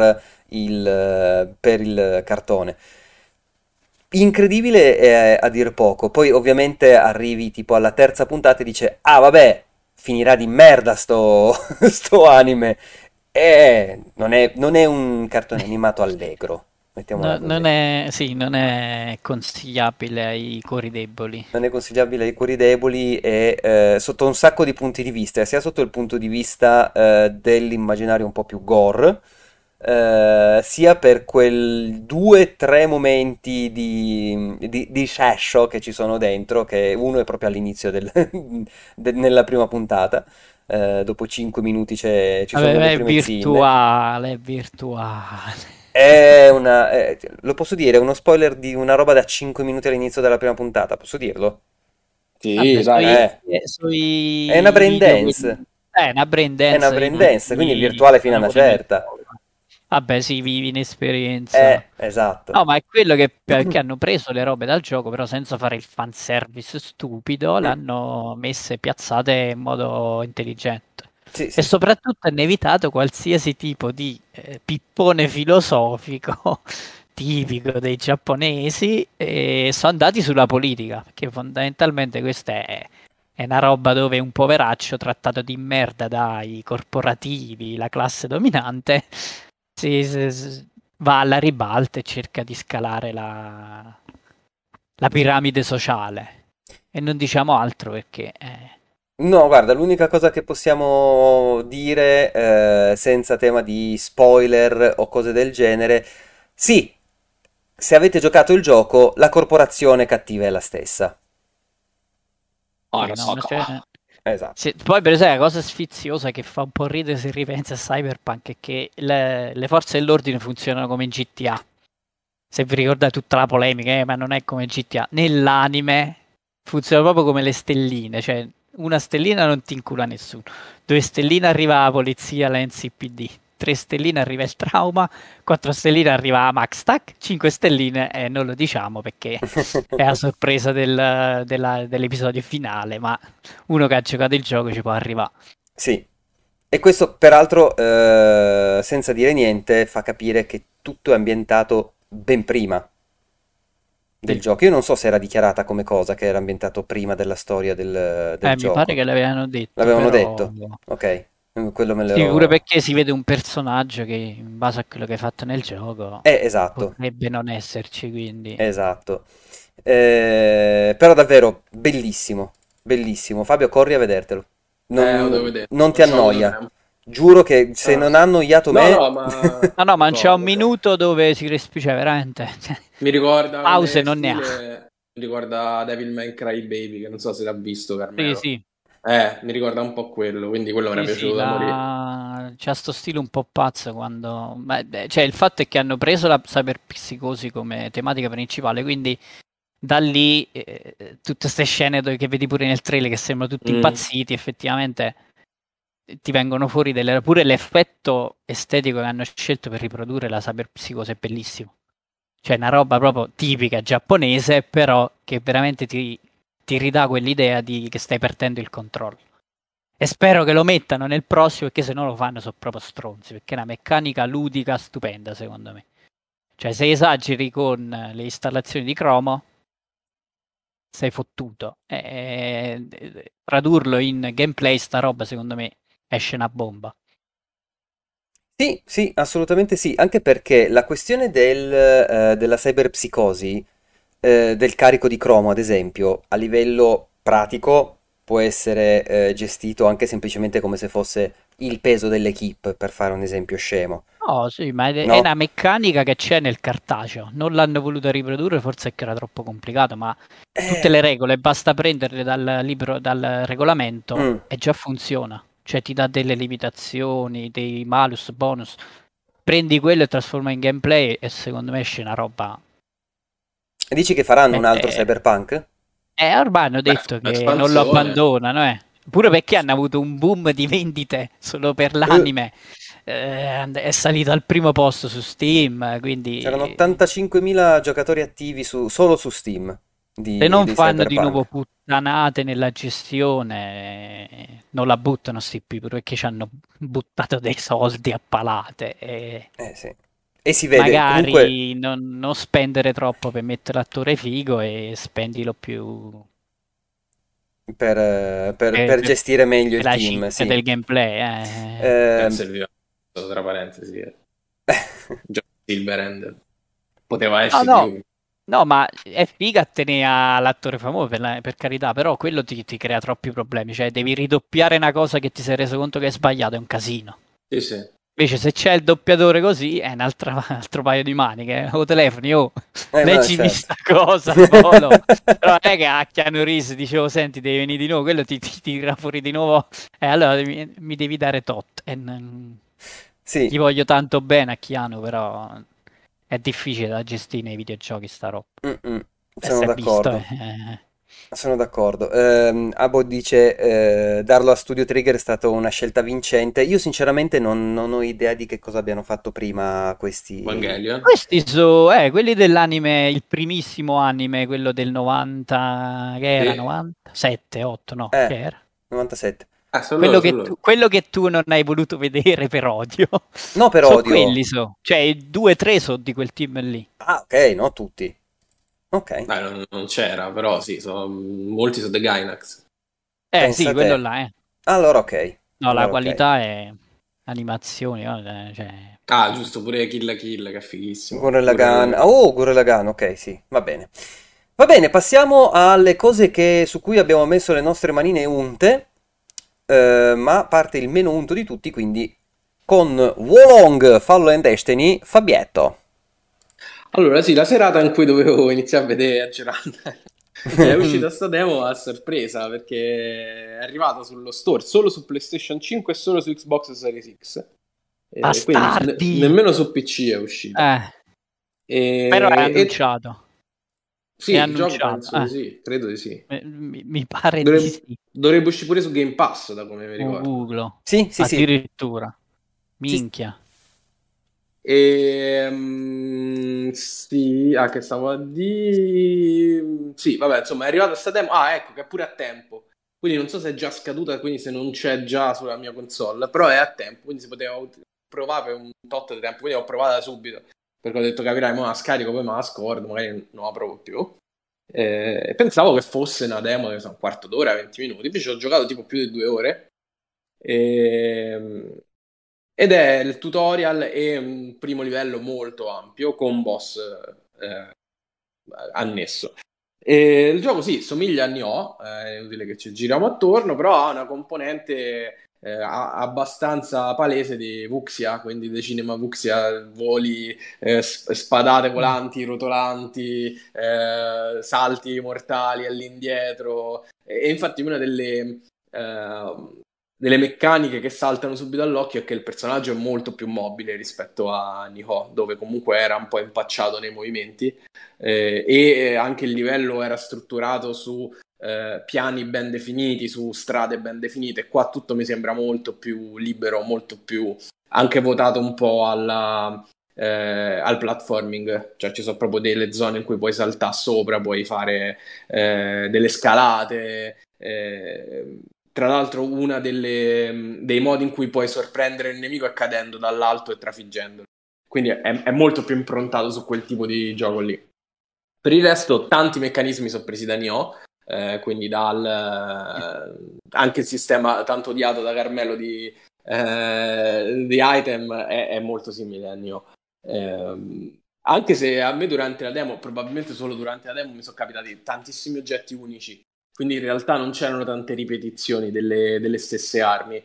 per il cartone. Incredibile a dir poco. Poi ovviamente arrivi tipo alla terza puntata e dice, ah vabbè, finirà di merda sto anime. E non è un cartone animato allegro, mettiamola Non così. è, sì, non è consigliabile ai cuori deboli. Non è consigliabile ai cuori deboli e sotto un sacco di punti di vista, sia sotto il punto di vista dell'immaginario un po' più gore, sia per quel due o tre momenti di sescio che ci sono dentro, che uno è proprio all'inizio nella prima puntata, dopo 5 minuti ci sono Vabbè, le è prime zinne. virtuale, è virtuale. Lo posso dire, è uno spoiler di una roba da 5 minuti all'inizio della prima puntata, posso dirlo? Sì, Vabbè, dai. È una sui brain video, dance. una brain È una dance brain dance, quindi il inutili, virtuale fino a sono una pure meglio. certa. Vabbè, sì, vivi in esperienza. Esatto. No, ma è quello che hanno preso le robe dal gioco, però senza fare il fanservice stupido, l'hanno messe piazzate in modo intelligente. Sì, E sì, sì. soprattutto hanno evitato qualsiasi tipo di pippone filosofico tipico dei giapponesi e sono andati sulla politica, perché fondamentalmente questa è una roba dove un poveraccio trattato di merda dai corporativi, la classe dominante, va alla ribalta e cerca di scalare la piramide sociale. E non diciamo altro perché No, guarda, l'unica cosa che possiamo dire, senza tema di spoiler o cose del genere, sì, se avete giocato il gioco, la corporazione cattiva è la stessa. sì, no, ma c'è. Arasaka. Esatto. Poi, per esempio, la cosa sfiziosa che fa un po' ridere se ripensi a Cyberpunk è che le forze dell'ordine funzionano come in GTA. Se vi ricordate tutta la polemica, ma non è come GTA. Nell'anime funziona proprio come le stelline, cioè una stellina non ti incula nessuno. Due stelline arriva la polizia, la NCPD. Tre stelline arriva il trauma, quattro stelline arriva la Max Tac, cinque stelline non lo diciamo perché è la sorpresa dell'episodio finale, ma uno che ha giocato il gioco ci può arrivare. Sì. E questo, peraltro, senza dire niente, fa capire che tutto è ambientato ben prima del Sì. gioco. Io non so se era dichiarata come cosa che era ambientato prima della storia del Mi pare gioco. che l'avevano detto, L'avevano però detto? Ok, quello me sì, pure l'ero. perché si vede un personaggio che in base a quello che hai fatto nel gioco Esatto, potrebbe non esserci, quindi esatto. Però davvero bellissimo, bellissimo. Fabio, corri a vedertelo. Lo devo Non, vedere, non ti non c'ho avuto annoia. tempo. Giuro che se Ah. non ha annoiato No, me. no, ma no, no, ma non c'è un lo so. minuto dove si respira veramente. Mi ricorda Pause come non ne ha. stile, mi ricorda Devil May Cry Baby, che non so se l'ha visto Sì, Carmelo. sì. Mi ricorda un po' quello, quindi quello mi era Sì, sì, piaciuto da morire. c'ha sto stile un po' pazzo quando... cioè, il fatto è che hanno preso la cyberpsicosi come tematica principale, quindi da lì tutte queste scene che vedi pure nel trailer che sembrano tutti Mm. impazziti, effettivamente ti vengono fuori delle... pure l'effetto estetico che hanno scelto per riprodurre la cyberpsicosi è bellissimo. Cioè, una roba proprio tipica giapponese, però che veramente ti ridà quell'idea di che stai perdendo il controllo. E spero che lo mettano nel prossimo, perché se no lo fanno sono proprio stronzi, perché è una meccanica ludica stupenda, secondo me. Cioè, se esageri con le installazioni di Chroma, sei fottuto. Tradurlo in gameplay, sta roba, secondo me, esce una bomba. Sì, sì, assolutamente sì, anche perché la questione della cyberpsicosi, del carico di cromo, ad esempio, a livello pratico può essere gestito anche semplicemente come se fosse il peso dell'equipe, per fare un esempio scemo, No, sì, ma è no? una meccanica che c'è nel cartaceo. Non l'hanno voluta riprodurre, forse è che era troppo complicato, ma tutte Eh, le regole basta prenderle dal libro, dal regolamento mm. e già funziona. Cioè ti dà delle limitazioni, dei malus, bonus. Prendi quello e trasforma in gameplay e secondo me esce una roba. Dici che faranno un altro Eh, cyberpunk? ormai hanno Beh, detto che non lo l'espansione. abbandonano, eh. Pure perché hanno avuto un boom di vendite solo per Eh, l'anime. È salito al primo posto su Steam, C'erano quindi 85.000 giocatori attivi solo su Steam se non di fanno di nuovo Cyberpunk. puttanate nella gestione, non la buttano sti qui, pure perché ci hanno buttato dei soldi a palate. E Eh sì. E si vede, comunque, magari non spendere troppo per mettere l'attore figo e spendilo più per per gestire meglio il la team, chicca sì. del gameplay. Ehm, Serviva, tra parentesi, John Silverhand. Poteva No, essere no, chiunque. no, ma è figa tenere l'attore famoso per carità, però quello ti crea troppi problemi, cioè devi ridoppiare una cosa che ti sei reso conto che è sbagliato, è un casino. Sì, sì. Invece se c'è il doppiatore così è un altro paio di maniche, o telefoni, oh, no, leggimi certo. sta cosa al volo. Però non è che a Keanu Reeves dicevo, senti, devi venire di nuovo, quello ti tira fuori di nuovo, e allora mi devi dare tot. Gli Sì, voglio tanto bene a Keanu, però è difficile da gestire nei videogiochi sta roba. mm-mm, E sono si è visto, d'accordo. Sono d'accordo. Abo dice, darlo a Studio Trigger è stata una scelta vincente. Io sinceramente non ho idea di che cosa abbiano fatto prima questi... Evangelion. Questi sono quelli dell'anime, il primissimo anime, quello del 90, che era Sì. 97, 8, no, che era? 97. Sono loro, sono loro. Quello che tu non hai voluto vedere per odio. No, per Sono odio. quelli, cioè due, tre sono di quel team lì. Ah, ok, no, tutti. Ok, Dai, non c'era, però sì, molti sono The Gainax. Sì, pensa quello te. là, eh. Allora ok, No, la allora ok. qualità è animazioni, cioè, Ah, giusto, pure Kill la Kill, che è fighissimo. Gurren Pure Lagann. Oh, Gurren Lagann, ok, sì, va bene. Va bene, passiamo alle cose su cui abbiamo messo le nostre manine unte, ma parte il meno unto di tutti, quindi con Wolong Fallen and Destiny, Fabietto. Allora, sì, la serata in cui dovevo iniziare a vedere Agiranda è uscita sta demo a sorpresa perché è arrivata sullo store solo su PlayStation 5 e solo su Xbox Series X. Quindi bastardi! nemmeno su PC è uscita. Eh, però è E annunciato, sì, è il gioco annunciato, penso di sì, credo di sì. mi pare di sì. Dovrebbe uscire pure su Game Pass, da come mi ricordo. Google, Sì, sì, sì. addirittura, Sì. minchia. Sì, che stavo a dire? Sì, vabbè, insomma, è arrivata sta demo. Ah, ecco, che è pure a tempo. Quindi non so se è già scaduta, quindi se non c'è già sulla mia console, però è a tempo, quindi si poteva provare per un tot di tempo. Quindi ho provata subito, perché ho detto, capirai, mo la scarico, poi me la scordo, magari non la provo più. Pensavo che fosse una demo, che so, un quarto d'ora, 20 minuti, invece ho giocato tipo più di 2 ore. Ehm, Ed è il tutorial e un primo livello molto ampio con boss eh, annesso. E il gioco sì, somiglia a Nioh, è inutile che ci giriamo attorno, però ha una componente abbastanza palese di Vuxia, quindi di cinema Vuxia, voli, spadate volanti, rotolanti, salti mortali all'indietro. E infatti una delle delle meccaniche che saltano subito all'occhio è che il personaggio è molto più mobile rispetto a Nioh, dove comunque era un po' impacciato nei movimenti, e anche il livello era strutturato su piani ben definiti, su strade ben definite. Qua tutto mi sembra molto più libero, molto più anche votato un po' al platforming, cioè ci sono proprio delle zone in cui puoi saltare sopra, puoi fare delle scalate. Tra l'altro, dei modi in cui puoi sorprendere il nemico è cadendo dall'alto e trafiggendolo. Quindi è molto più improntato su quel tipo di gioco lì. Per il resto, tanti meccanismi sono presi da Nioh, quindi anche il sistema tanto odiato da Carmelo di item è molto simile a Nioh. Anche se a me durante la demo, probabilmente solo durante la demo, mi sono capitati tantissimi oggetti unici, quindi in realtà non c'erano tante ripetizioni delle stesse armi.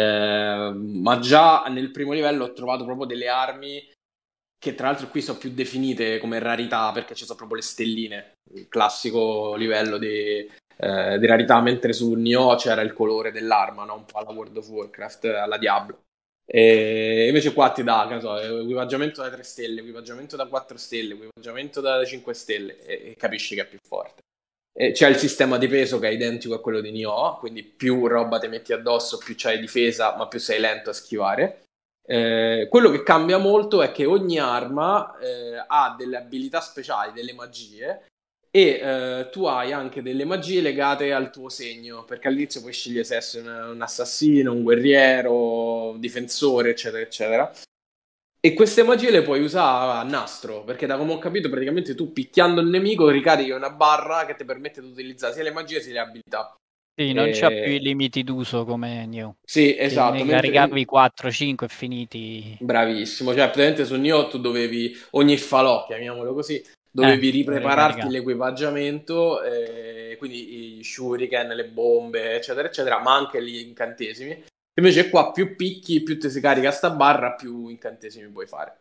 Ma già nel primo livello ho trovato proprio delle armi che tra l'altro qui sono più definite come rarità, perché ci sono proprio le stelline, il classico livello di rarità, mentre su Nioh c'era il colore dell'arma, no? Un po' alla World of Warcraft, alla Diablo. E invece qua ti dà, che ne so, equipaggiamento da 3 stelle, equipaggiamento da 4 stelle, equipaggiamento da 5 stelle, e capisci che è più forte. E c'è il sistema di peso che è identico a quello di Nioh, quindi più roba ti metti addosso, più c'hai difesa, ma più sei lento a schivare. Quello che cambia molto è che ogni arma ha delle abilità speciali, delle magie, e tu hai anche delle magie legate al tuo segno, perché all'inizio puoi scegliere se essere un assassino, un guerriero, un difensore, eccetera, eccetera. E queste magie le puoi usare a nastro, perché da come ho capito praticamente tu picchiando il nemico ricarichi una barra che ti permette di utilizzare sia le magie sia le abilità. Sì, non c'ha più i limiti d'uso come Nioh. Sì, Che esatto, ne caricavi 4-5 e finiti. bravissimo, cioè praticamente su Nioh tu dovevi, ogni falò, chiamiamolo così, dovevi Lo riprepararti ricaricavi. l'equipaggiamento, quindi i shuriken, le bombe, eccetera, eccetera, ma anche gli incantesimi. Invece qua più picchi, più ti si carica sta barra, più incantesimi puoi fare.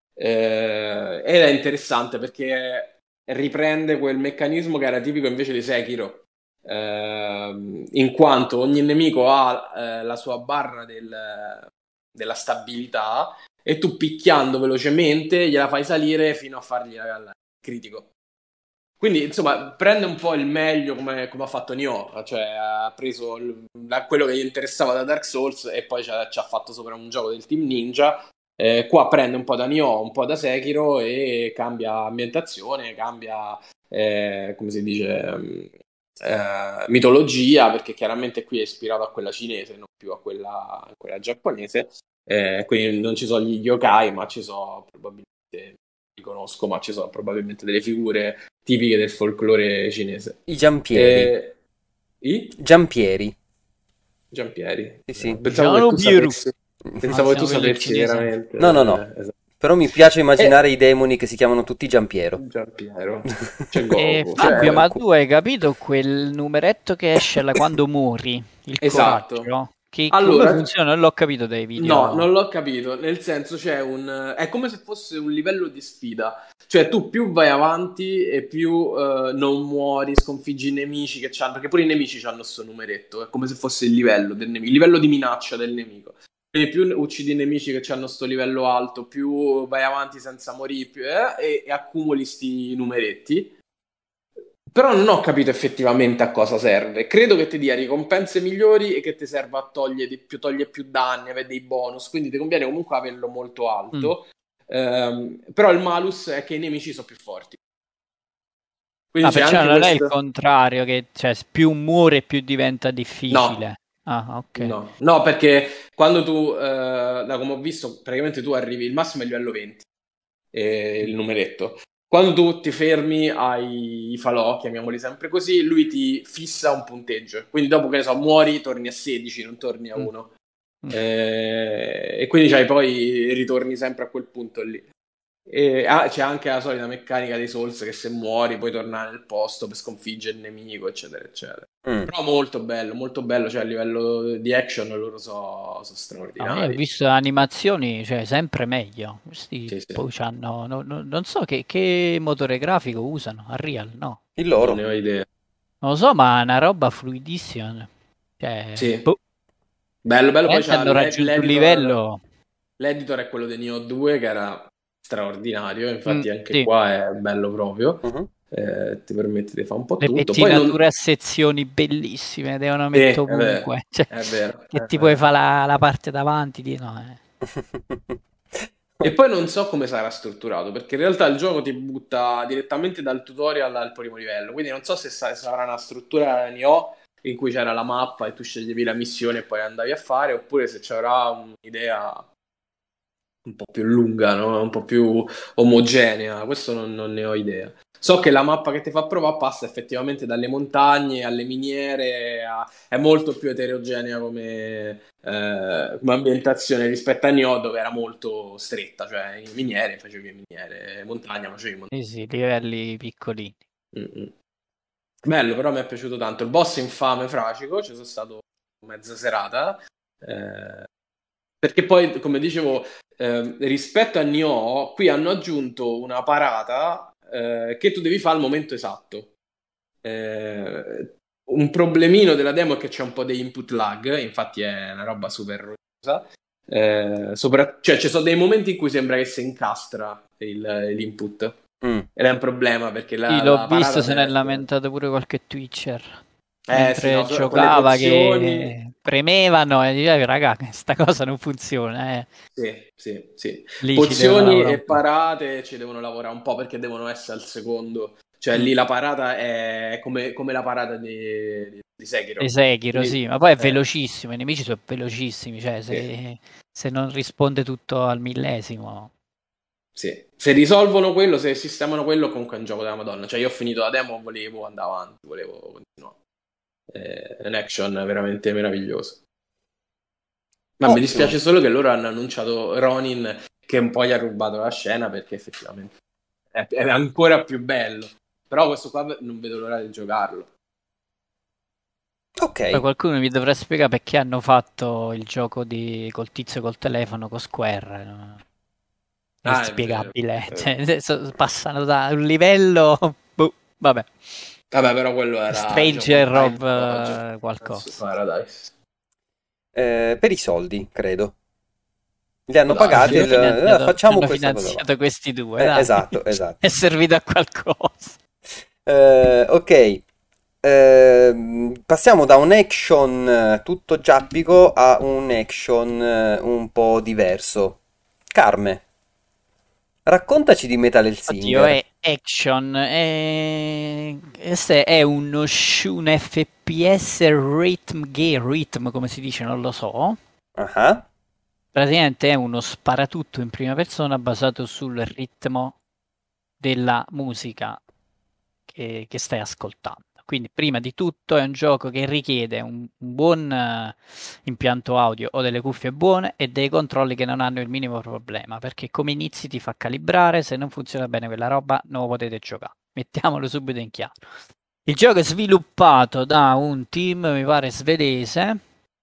Ed è interessante perché riprende quel meccanismo che era tipico invece di Sekiro, in quanto ogni nemico ha la sua barra della stabilità e tu picchiando velocemente gliela fai salire fino a fargli il critico. Quindi, insomma, prende un po' il meglio come ha fatto Nioh, cioè ha preso quello che gli interessava da Dark Souls e poi ci ha fatto sopra un gioco del Team Ninja. Qua prende un po' da Nioh, un po' da Sekiro e cambia ambientazione, cambia, come si dice, mitologia, perché chiaramente qui è ispirato a quella cinese, non più a quella giapponese. Quindi non ci sono gli yokai, ma ci sono probabilmente, li conosco, ma ci sono probabilmente delle figure tipiche del folklore cinese. I Giampieri. I? Giampieri. Giampieri. Sì, sì. Pensavo che tu sapessi. Pensavo che tu siamo quelli sapessi cinese. veramente. No, no, no. Esatto. Però mi piace immaginare i demoni che si chiamano tutti Giampiero. Giampiero. C'è Goku. Fabio, ma tu hai capito quel numeretto che esce quando muori? Il Esatto. coraggio? Che come Allora, funziona? Non l'ho capito dai video. no, non l'ho capito, nel senso è come se fosse un livello di sfida, cioè tu più vai avanti e più non muori, sconfiggi i nemici che c'hanno, perché pure i nemici hanno questo numeretto, è come se fosse il livello del nemico, il livello di minaccia del nemico. Quindi più uccidi i nemici che hanno sto livello alto, più vai avanti senza morire, e accumuli sti numeretti. Però non ho capito effettivamente a cosa serve. Credo che ti dia ricompense migliori e che ti serva a toglie più danni, avere dei bonus. Quindi ti conviene comunque averlo molto alto. Però il malus è che i nemici sono più forti. Quindi c'è perciò anche non è il questo. contrario, che cioè, più muore più diventa difficile. No, Ah, ok. no, perché quando tu, da come ho visto, praticamente tu arrivi, il massimo è il livello 20, il numeretto. Quando tu ti fermi ai falò, chiamiamoli sempre così, lui ti fissa un punteggio. Quindi dopo che ne so, muori, torni a 16, non torni a 1. E quindi poi ritorni sempre a quel punto lì. C'è anche la solita meccanica dei Souls che se muori puoi tornare nel posto per sconfiggere il nemico, eccetera, eccetera. Però molto bello, cioè a livello di action loro sono Io straordinari. ho visto animazioni, cioè sempre meglio. Questi Sì, sì. poi c'hanno, non so che motore grafico usano, Unreal, no? Il Non loro. ne ho idea. Non lo so, ma è una roba fluidissima. Cioè, Sì. boh, Bello, bello, poi veramente c'ha hanno raggiunto un livello. l'editor è quello di Nioh 2 che era straordinario, infatti anche Sì. qua è bello proprio, Mhm. ti permette di fare un po' Le tutto. Poi non... pettinature a sezioni bellissime, devono Sì, mettere è vero, ovunque. Cioè, è vero, che è ti puoi vero. fare la parte davanti, di no. E poi non so come sarà strutturato, perché in realtà il gioco ti butta direttamente dal tutorial al primo livello, quindi non so se sarà una struttura Nioh in cui c'era la mappa e tu sceglievi la missione e poi andavi a fare, oppure se c'era un'idea un po' più lunga, no? Un po' più omogenea, questo non ne ho idea. So che la mappa che ti fa provare passa effettivamente dalle montagne alle miniere, è molto più eterogenea come ambientazione rispetto a Nioh dove era molto stretta, cioè in miniere facevi miniere, montagna facevi Sì, sì, livelli piccolini. montagna. Bello, però mi è piaciuto tanto. Il boss infame fracico, ci sono stato mezza serata. eh, Perché poi, come dicevo, rispetto a Nioh, qui hanno aggiunto una parata che tu devi fare al momento esatto. Un problemino della demo è che c'è un po' di input lag, infatti è una roba super rosa. Cioè, ci sono dei momenti in cui sembra che si incastra l'input. Mm. Ed è un problema perché Sì, l'ho la visto, parata se ne è deve essere... lamentato pure qualche Twitcher. Sì, no, Mentre con le giocava pozioni... che premevano e diceva, raga, questa cosa non funziona. Sì, sì, sì. Lì ci devono Pozioni lavorare un e po'. parate ci devono lavorare un po' perché devono essere al secondo. Cioè Mm. lì la parata è come la parata di Dei Sekiro. Sekiro, Quindi, sì, ma poi è eh, velocissimo, i nemici sono velocissimi, cioè sì, se non risponde tutto al millesimo. sì. Se risolvono quello, se sistemano quello, comunque è un gioco della Madonna. Cioè io ho finito la demo, volevo andare avanti, volevo continuare. È un action veramente meraviglioso. Ma mi Ottimo. dispiace solo che loro hanno annunciato Ronin che un po' gli ha rubato la scena perché effettivamente è ancora più bello. Però questo qua non vedo l'ora di giocarlo. Poi Ok. qualcuno mi dovrà spiegare perché hanno fatto il gioco col tizio col telefono con Square. No? È Ah, è vero. inspiegabile, cioè, passano da un livello, boh, vabbè, Vabbè, però quello era, diciamo, un Stranger of time project. Adesso qualcosa. Paradise. Per i soldi, credo. Li hanno Può pagati, darsi. facciamo Hanno questa cosa qua. finanziato questi due, dai, Esatto, è esatto. servito a qualcosa. Ok. Passiamo da un action tutto giappico a un action un po' diverso. Carme, raccontaci di Metal Oddio, Hellsinger. è action, questo è un FPS rhythm come si dice, non lo so. Ah, Praticamente è uno sparatutto in prima persona basato sul ritmo della musica che stai ascoltando. Quindi, prima di tutto, è un gioco che richiede un buon impianto audio o delle cuffie buone e dei controlli che non hanno il minimo problema, perché come inizi ti fa calibrare, se non funziona bene quella roba non lo potete giocare. Mettiamolo subito in chiaro. Il gioco è sviluppato da un team, mi pare svedese,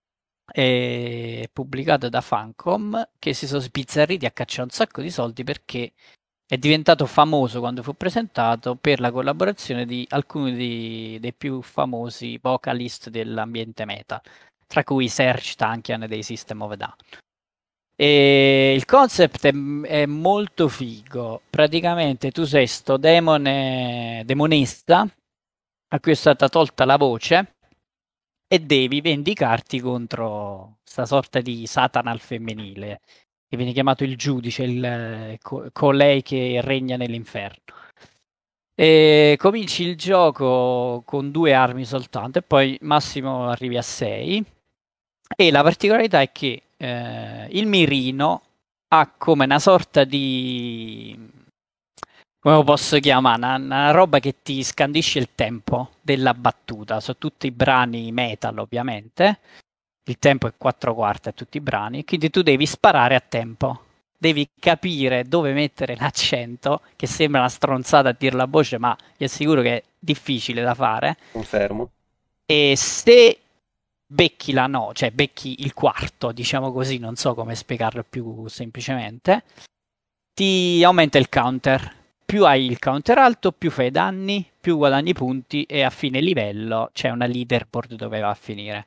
e pubblicato da Funcom, che si sono sbizzarriti a cacciare un sacco di soldi perché è diventato famoso quando fu presentato per la collaborazione di alcuni dei più famosi vocalist dell'ambiente metal, tra cui Serj Tankian dei System of a Down. E il concept è molto figo. Praticamente tu sei sto demonista a cui è stata tolta la voce e devi vendicarti contro sta sorta di Satana al femminile, che viene chiamato il giudice, colei che regna nell'inferno. E cominci il gioco con 2 armi soltanto e poi massimo arrivi a 6. E la particolarità è che il mirino ha come una sorta di... come lo posso chiamare? Una roba che ti scandisce il tempo della battuta. Sono tutti brani metal, ovviamente. Il tempo è 4 quarti a tutti i brani. Quindi tu devi sparare a tempo. Devi capire dove mettere l'accento, che sembra una stronzata a dir la voce, ma vi assicuro che è difficile da fare. confermo. E se becchi la no, cioè becchi il quarto, diciamo così, non so come spiegarlo più semplicemente, ti aumenta il counter. Più hai il counter alto, più fai danni, più guadagni punti e a fine livello c'è una leaderboard dove va a finire.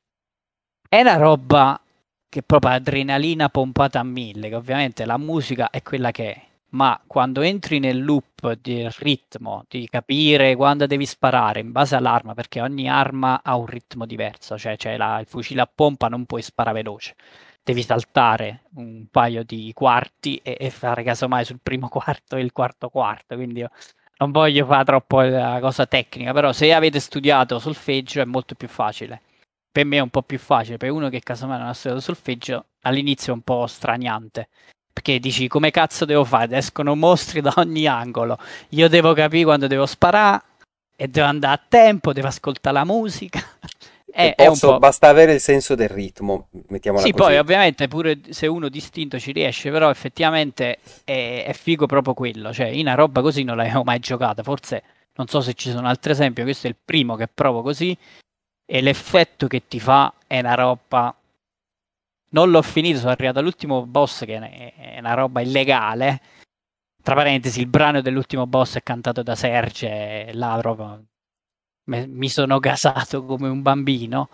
È una roba che è proprio adrenalina pompata a 1000, che ovviamente la musica è quella che è, ma quando entri nel loop del ritmo, di capire quando devi sparare in base all'arma, perché ogni arma ha un ritmo diverso, cioè c'è il fucile a pompa, non puoi sparare veloce, devi saltare un paio di quarti e fare casomai sul primo quarto e il quarto quarto, quindi io non voglio fare troppo la cosa tecnica, però se avete studiato solfeggio è molto più facile. Per me è un po' più facile, per uno che casomai non ha studiato solfeggio, all'inizio è un po' straniante, perché dici come cazzo devo fare? Escono mostri da ogni angolo, io devo capire quando devo sparare e devo andare a tempo, devo ascoltare la musica. È un po'... Basta avere il senso del ritmo, mettiamola Sì, poi così. ovviamente pure se uno distinto ci riesce, però effettivamente è figo proprio quello, cioè in una roba così non l'avevo mai giocata, forse non so se ci sono altri esempi, questo è il primo che provo così e l'effetto che ti fa è una roba... Non l'ho finito, sono arrivato all'ultimo boss che è una roba illegale, tra parentesi il brano dell'ultimo boss è cantato da Serge, là proprio mi sono gasato come un bambino.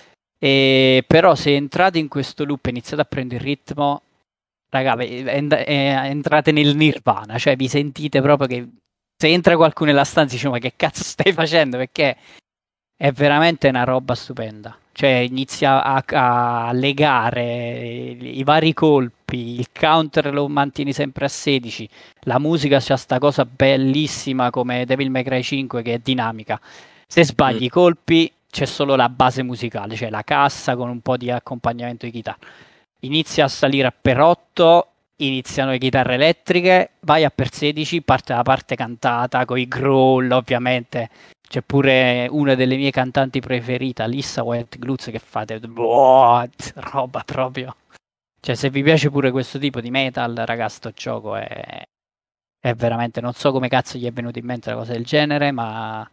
Però se entrate in questo loop e iniziate a prendere il ritmo, raga, entrate nel nirvana, cioè vi sentite proprio che se entra qualcuno nella stanza dice ma che cazzo stai facendo? Perché è veramente una roba stupenda. Cioè inizia a legare i vari colpi, il counter lo mantieni sempre a 16, la musica c'ha sta cosa bellissima come Devil May Cry 5 che è dinamica. Se Mm. sbagli i colpi c'è solo la base musicale, cioè la cassa con un po' di accompagnamento di chitarra. Inizia a salire a per 8, iniziano le chitarre elettriche, vai a per 16, parte la parte cantata con i growl ovviamente. C'è pure una delle mie cantanti preferite, Alissa White Glutz, che fate roba proprio. Cioè, se vi piace pure questo tipo di metal, ragazzi, sto gioco è veramente. Non so come cazzo gli è venuto in mente una cosa del genere, ma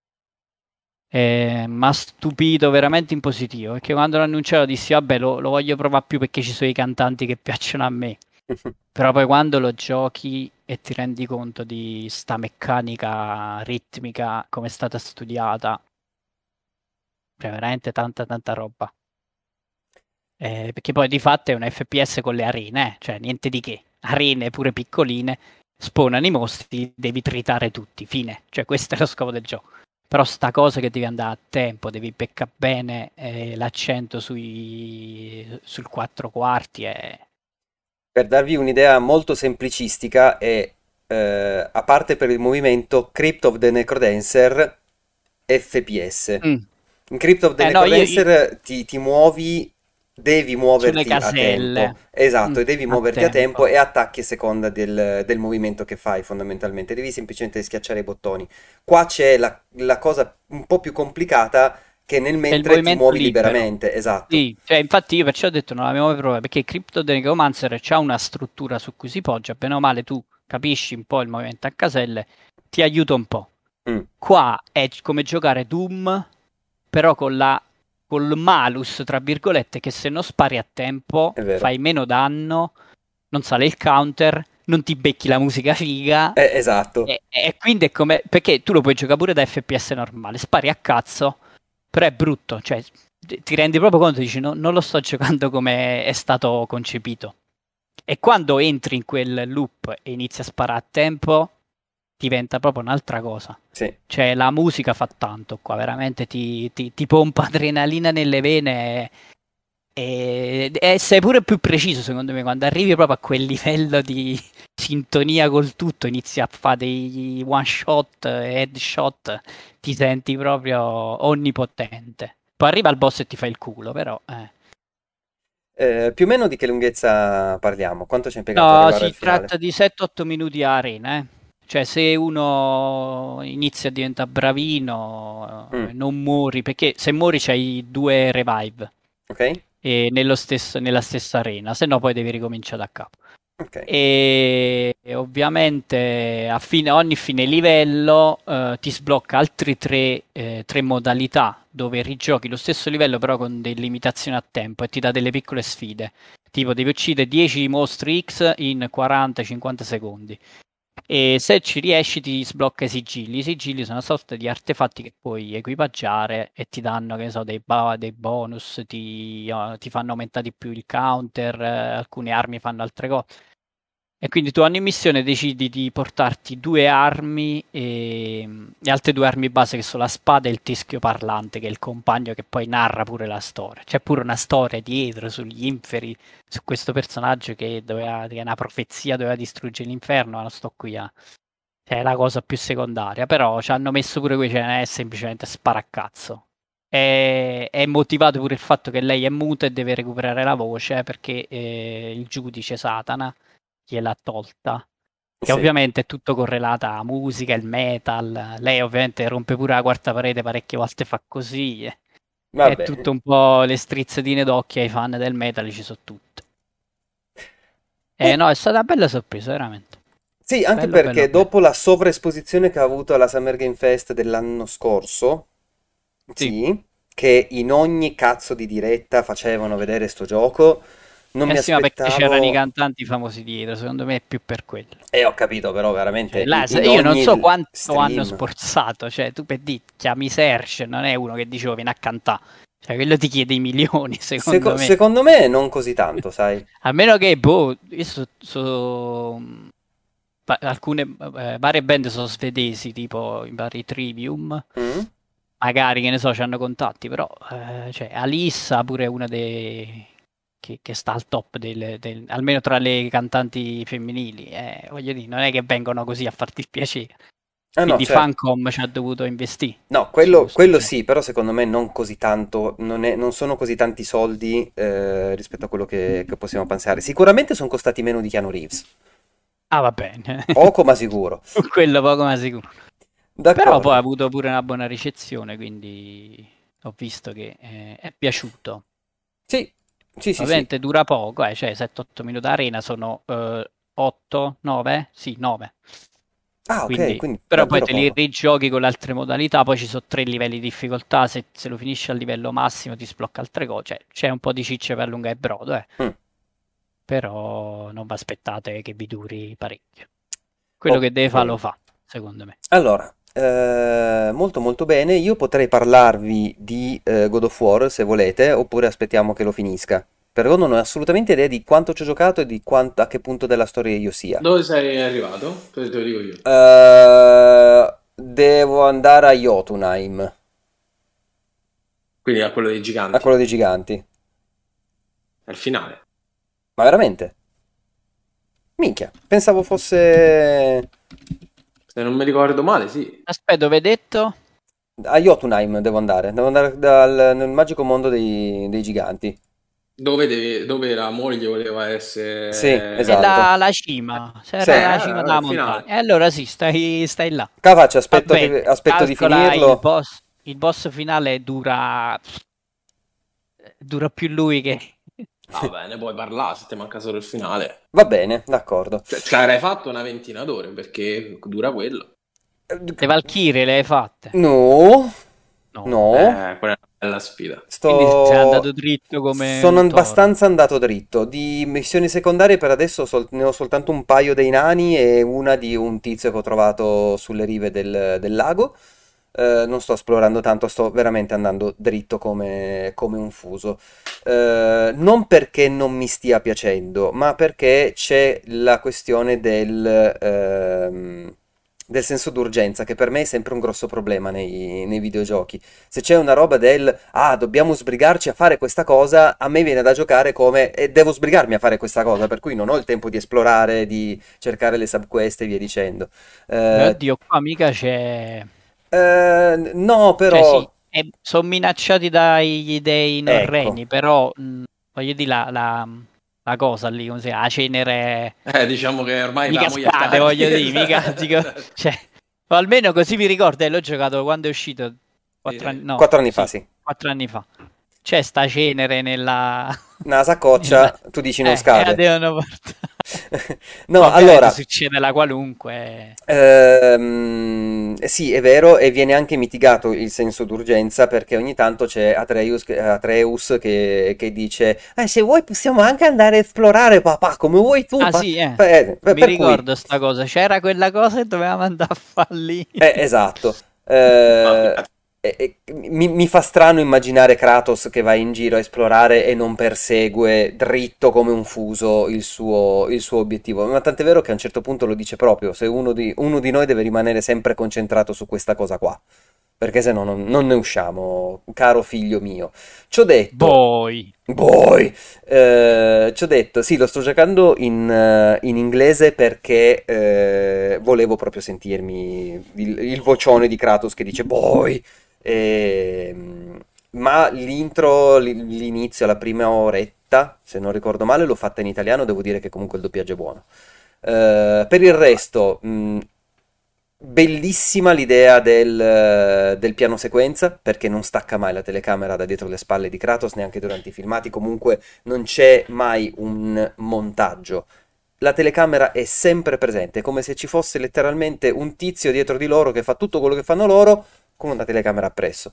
mi ha stupito veramente in positivo. Perché quando l'ho annunciato dissi, vabbè, lo voglio provare più perché ci sono i cantanti che piacciono a me. Però poi quando lo giochi e ti rendi conto di sta meccanica ritmica, come è stata studiata, cioè veramente tanta tanta roba. Perché poi di fatto è un FPS con le arene, cioè niente di che. Arene pure piccoline, spawnano i mostri, devi tritare tutti, fine. Cioè questo è lo scopo del gioco. Però sta cosa che devi andare a tempo, devi beccare bene l'accento sul 4 quarti Per darvi un'idea molto semplicistica e a parte per il movimento Crypt of the Necrodancer FPS. Mm. In Crypt of the No, io Necrodancer ti muovi, devi sulle muoverti a tempo. caselle. Esatto, e devi A muoverti a tempo tempo. e attacchi a seconda del movimento che fai fondamentalmente. Devi semplicemente schiacciare i bottoni. Qua c'è la cosa un po' più complicata che nel C'è il mentre ti movimento muovi libero. liberamente. Esatto. Sì, cioè, infatti io perciò ho detto non l'avevo mai provato, perché Crypto the Necromancer c'ha una struttura su cui si poggia, bene o male tu capisci un po' il movimento a caselle, ti aiuta un po'. Mm, Qua è come giocare Doom, però col malus, tra virgolette, che se non spari a tempo è vero. fai meno danno, non sale il counter, non ti becchi la musica figa, Esatto. e quindi è come... Perché tu lo puoi giocare pure da FPS normale, spari a cazzo, però è brutto, cioè ti rendi proprio conto, dici non lo sto giocando come è stato concepito. E quando entri in quel loop e inizi a sparare a tempo, diventa proprio un'altra cosa. Sì. Cioè la musica fa tanto qua, veramente ti pompa adrenalina nelle vene e sei pure più preciso secondo me, quando arrivi proprio a quel livello di sintonia col tutto, inizi a fare dei one shot, headshot, ti senti proprio onnipotente. Poi arriva il boss e ti fa il culo, però... Più o meno di che lunghezza parliamo? Quanto ci hai impiegato ad No, arrivare al si finale? tratta di 7-8 minuti a arena, eh. Cioè, se uno inizia a diventare bravino, Mm, non muori, perché se muori c'hai 2 revive ok? nella stessa arena, se no poi devi ricominciare da capo. Ok. E ovviamente ogni fine livello ti sblocca altri tre modalità dove rigiochi lo stesso livello però con delle limitazioni a tempo e ti dà delle piccole sfide. Tipo devi uccidere 10 mostri X in 40-50 secondi. E se ci riesci ti sblocca i sigilli. I sigilli sono una sorta di artefatti che puoi equipaggiare e ti danno, che ne so, dei bonus, ti fanno aumentare di più il counter, alcune armi fanno altre cose. E quindi tu ogni missione decidi di portarti due armi e altre due armi base che sono la spada e il teschio parlante, che è il compagno che poi narra pure la storia. C'è pure una storia dietro sugli inferi, su questo personaggio che è una profezia, doveva distruggere l'inferno, ma non sto qui a... Cioè, è la cosa più secondaria, però ci hanno messo pure qui, cioè, non è semplicemente sparacazzo. È motivato pure il fatto che lei è muta e deve recuperare la voce perché il giudice Satana gliel'ha tolta. Che Sì, ovviamente è tutto correlato alla musica, il metal. Lei ovviamente rompe pure la quarta parete parecchie volte, fa così. È vabbè. tutto un po' le strizzatine d'occhio ai fan del metal, ci sono tutte. Eh, No, è stata una bella sorpresa, veramente. sì, anche Bello, bello, perché bello. dopo la sovraesposizione che ha avuto alla Summer Game Fest dell'anno scorso, Sì. sì, che in ogni cazzo di diretta facevano vedere sto gioco, non mi Eh sì, ma perché c'erano i aspettavo. cantanti famosi dietro, secondo me è più per quello. E ho capito, però veramente Cioè, là, in io non so ogni quanto hanno stream. sforzato, cioè tu per dire, chiami Serge, non è uno che dicevo vieni a cantare, cioè quello ti chiede i milioni, secondo me. Secondo me non così tanto, sai? A meno che, boh, io alcune, varie band sono svedesi, tipo i vari Trivium, Mm? magari, che ne so, hanno contatti, però, cioè, Alissa pure è una dei... che sta al top, almeno tra le cantanti femminili, voglio dire, non è che vengono così a farti il piacere. Ah no, Quindi certo. Fancom ci ha dovuto investire No, su sto quello gioco. sì, però secondo me non così tanto, non sono così tanti soldi rispetto a quello che possiamo pensare. Sicuramente sono costati meno di Keanu Reeves, Ah, va bene. poco ma sicuro. Su quello poco ma sicuro. Però poi ha D'accordo. avuto pure una buona ricezione, quindi ho visto che è piaciuto. Sì, sì, sì, sì. Ovviamente dura poco, cioè 7-8 minuti arena sono 8, 9? Sì, 9. Ah, ok, Quindi, quindi però poi davvero te li poco. rigiochi con le altre modalità, poi ci sono 3 livelli di difficoltà, se lo finisci al livello massimo ti sblocca altre cose, cioè c'è un po' di ciccia per allungare il brodo, Mm, però non vi aspettate che vi duri parecchio. Quello che deve ok. fare lo fa, secondo me. Allora, molto molto bene. Io potrei parlarvi di God of War se volete, oppure aspettiamo che lo finisca. Però non ho assolutamente idea di quanto ci ho giocato e di a che punto della storia io sia. Dove sei arrivato? Te lo dico io. Devo andare a Jotunheim, Quindi a quello dei a giganti. quello dei giganti. È il finale. Ma veramente? Minchia, pensavo fosse Se non mi ricordo male, sì. Aspetta, dove hai detto? a Jotunheim devo andare nel magico mondo dei giganti. Dove la moglie voleva Sì, È essere... esatto. la cima, se Sì. era la cima Il della finale. montagna. E allora sì, stai là. Cavaccio, Vabbè, aspetto di calcola finirlo. il boss finale dura più lui che... Va bene, puoi parlare se ti manca solo il finale. Va bene, d'accordo. Cioè, ce l'avrai fatto una ventina d'ore perché dura quello. Le Valchirie le hai fatte? No, No. no. Quella è una bella sfida. Quindi sei Sto... andato dritto come Sono un toro. abbastanza andato dritto. Di missioni secondarie per adesso ne ho soltanto un paio dei nani e una di un tizio che ho trovato sulle rive del lago. Non sto esplorando tanto, sto veramente andando dritto come un fuso. Non perché non mi stia piacendo, ma perché c'è la questione del senso d'urgenza, che per me è sempre un grosso problema nei videogiochi. Se c'è una roba del dobbiamo sbrigarci a fare questa cosa, a me viene da giocare come devo sbrigarmi a fare questa cosa, per cui non ho il tempo di esplorare, di cercare le subquest e via dicendo. Beh, Eh, oddio, qua mica c'è... no, Cioè sì, però sono minacciati dagli dei ecco. norreni, però voglio dire la cosa lì, come si chiama? La cenere... Diciamo che ormai la Mica moglie è spade, voglio tardi. dire, mica... cioè, o almeno così mi ricordo, l'ho giocato quando è uscito, Sì, 4 anni... sì. No, 4 anni fa, sì, sì. 4 anni fa. C'è sta cenere nella... Una nella... saccoccia, tu dici non La scade. devono portare. No, Ovviamente allora, succede la qualunque. sì, è vero, e viene anche mitigato il senso d'urgenza perché ogni tanto c'è Atreus che dice: se vuoi possiamo anche andare a esplorare, papà, come vuoi tu. Ah sì, mi Per cui, ricordo sta cosa. C'era quella cosa e dovevamo andare a fallire. esatto. Ma Mi fa strano immaginare Kratos che va in giro a esplorare e non persegue dritto come un fuso il suo obiettivo. Ma tant'è vero che a un certo punto lo dice proprio: se uno di noi deve rimanere sempre concentrato su questa cosa qua, perché se no non ne usciamo, caro figlio mio. Ciò detto, Poi. poi, ci ho detto, sì, lo sto giocando in inglese perché volevo proprio sentirmi il vocione di Kratos che dice boy. Ma l'inizio, la prima oretta, se non ricordo male, l'ho fatta in italiano, devo dire che comunque il doppiaggio è buono. Per il resto, bellissima l'idea del piano sequenza, perché non stacca mai la telecamera da dietro le spalle di Kratos, neanche durante i filmati, comunque non c'è mai un montaggio. La telecamera è sempre presente, è come se ci fosse letteralmente un tizio dietro di loro che fa tutto quello che fanno loro con una telecamera appresso.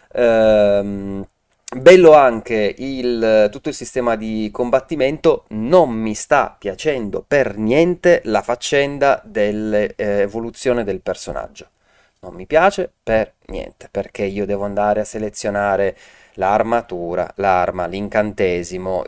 Ehm, Bello anche tutto il sistema di combattimento, non mi sta piacendo per niente la faccenda dell'evoluzione del personaggio. Non mi piace per niente, perché io devo andare a selezionare l'armatura, l'arma, l'incantesimo,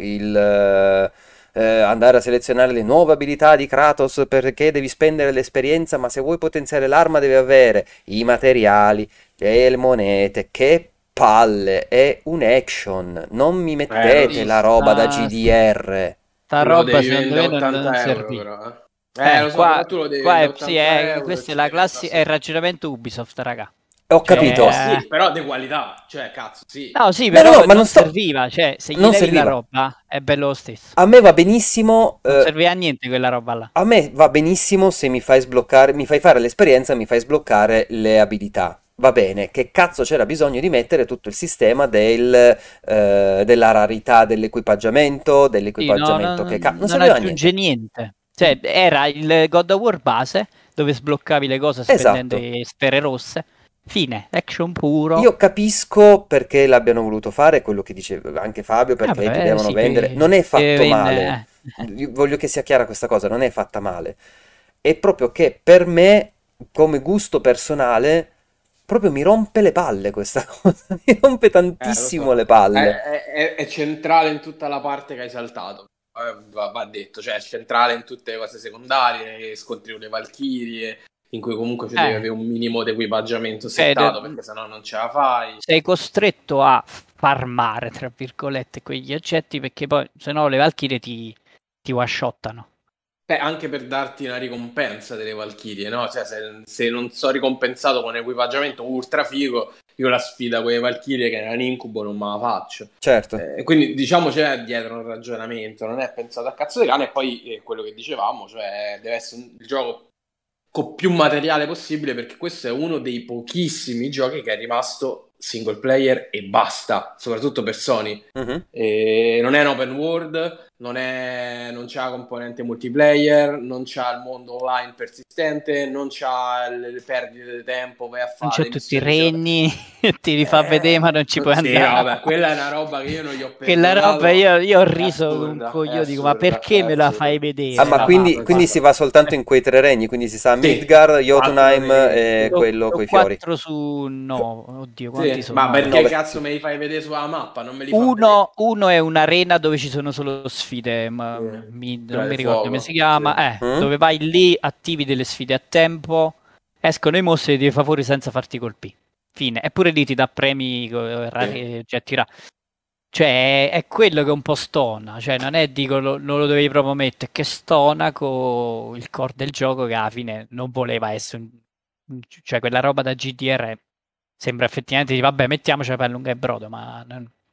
andare a selezionare le nuove abilità di Kratos perché devi spendere l'esperienza, ma se vuoi potenziare l'arma devi avere i materiali, le monete, che palle, è un action, non mi lo mettete la so. roba da Ah, GDR. sta Lo roba devi secondo vendere me a non 80 euro servì. però. Lo so, Qua, però tu lo devi qua vendere è, a sì, 80 euro e questa è ci la devi andare classe, è il sopra. ragionamento Ubisoft, raga. Ho Un po' capito. Cioè, sì, però di qualità. Cioè, cazzo, sì. no, sì, No, no, però no, ma non non sto... serviva. Cioè, se gli Non levi la serviva. roba, è bello lo stesso. A me va benissimo, Non serviva a niente quella roba là. a me va benissimo se mi fai sbloccare, mi fai fare l'esperienza, mi fai sbloccare le abilità. Va bene, che cazzo c'era bisogno di mettere tutto il sistema della rarità Sì, no, dell'equipaggiamento che non non serviva a aggiunge niente. niente. Cioè, era il God of War base, dove sbloccavi le cose spendendo Esatto. le sfere rosse. Fine, action puro. Io capisco perché l'abbiano voluto fare, quello che diceva anche Fabio, perché ti Vabbè, devono sì, vendere. Non è che fatto male. venne. Io voglio che sia chiara questa cosa, non è fatta male. È proprio che per me, come gusto personale, proprio mi rompe le palle questa cosa. Mi rompe Lo tantissimo so. le palle. È centrale in tutta la parte che hai saltato. Va detto, cioè è centrale in tutte le cose secondarie, scontri con le Valchirie, in cui comunque ci devi Eh, avere un minimo di equipaggiamento cioè, settato, perché sennò non ce la fai. sei costretto a farmare, tra virgolette, quegli oggetti perché poi, se no, le Valchirie ti one-shottano. Beh, anche per darti una ricompensa delle Valchirie, no? Cioè, se non so ricompensato con equipaggiamento ultra figo, io la sfida con le Valchirie, che era un incubo, non me la faccio. Certo. Quindi, diciamo, c'è dietro un ragionamento, non è pensato a cazzo di cane, e poi quello che dicevamo, cioè, deve essere il gioco con più materiale possibile, perché questo è uno dei pochissimi giochi che è rimasto single player e basta, soprattutto per Sony. Mhm. E non è un open world, non c'ha la componente multiplayer, non c'ha il mondo online persistente, non c'ha le perdite di tempo, vai a Non fare c'è le tutti i missioni giro. regni, ti rifà vedere, ma non ci puoi Sì, no, andare. vabbè, quella è una roba che io non gli ho Quella roba perdonato. io ho È riso come un assurda, è coglione, dico, ma assurda, perché è me la fai assurda. Ah, vedere ma sta Sì, quindi, non mappa? quindi ci si sta. va soltanto in quei tre regni, quindi si sa Sì, Midgar, quattro Jotunheim regni, e sì. quello coi fiori. 4 su no, oddio, quanti Sì, sono? ma 9. perché 9. cazzo me li fai vedere sulla mappa? Non me li fa vedere. Uno è un'arena dove ci sono solo sfide, ma Sì, non quella mi del ricordo come si fuoco, sì. chiama, Mm? dove vai lì, attivi delle sfide a tempo, escono i mostri e ti fa fuori senza farti colpire. Fine. Eppure lì ti dà premi Sì. rari, cioè tira. Cioè, è quello che un po' stona, cioè non è dico non lo dovevi proprio mettere, è che stona con il core del gioco che alla fine non voleva essere cioè quella roba da GDR sembra effettivamente di vabbè mettiamoci per lunga e brodo, ma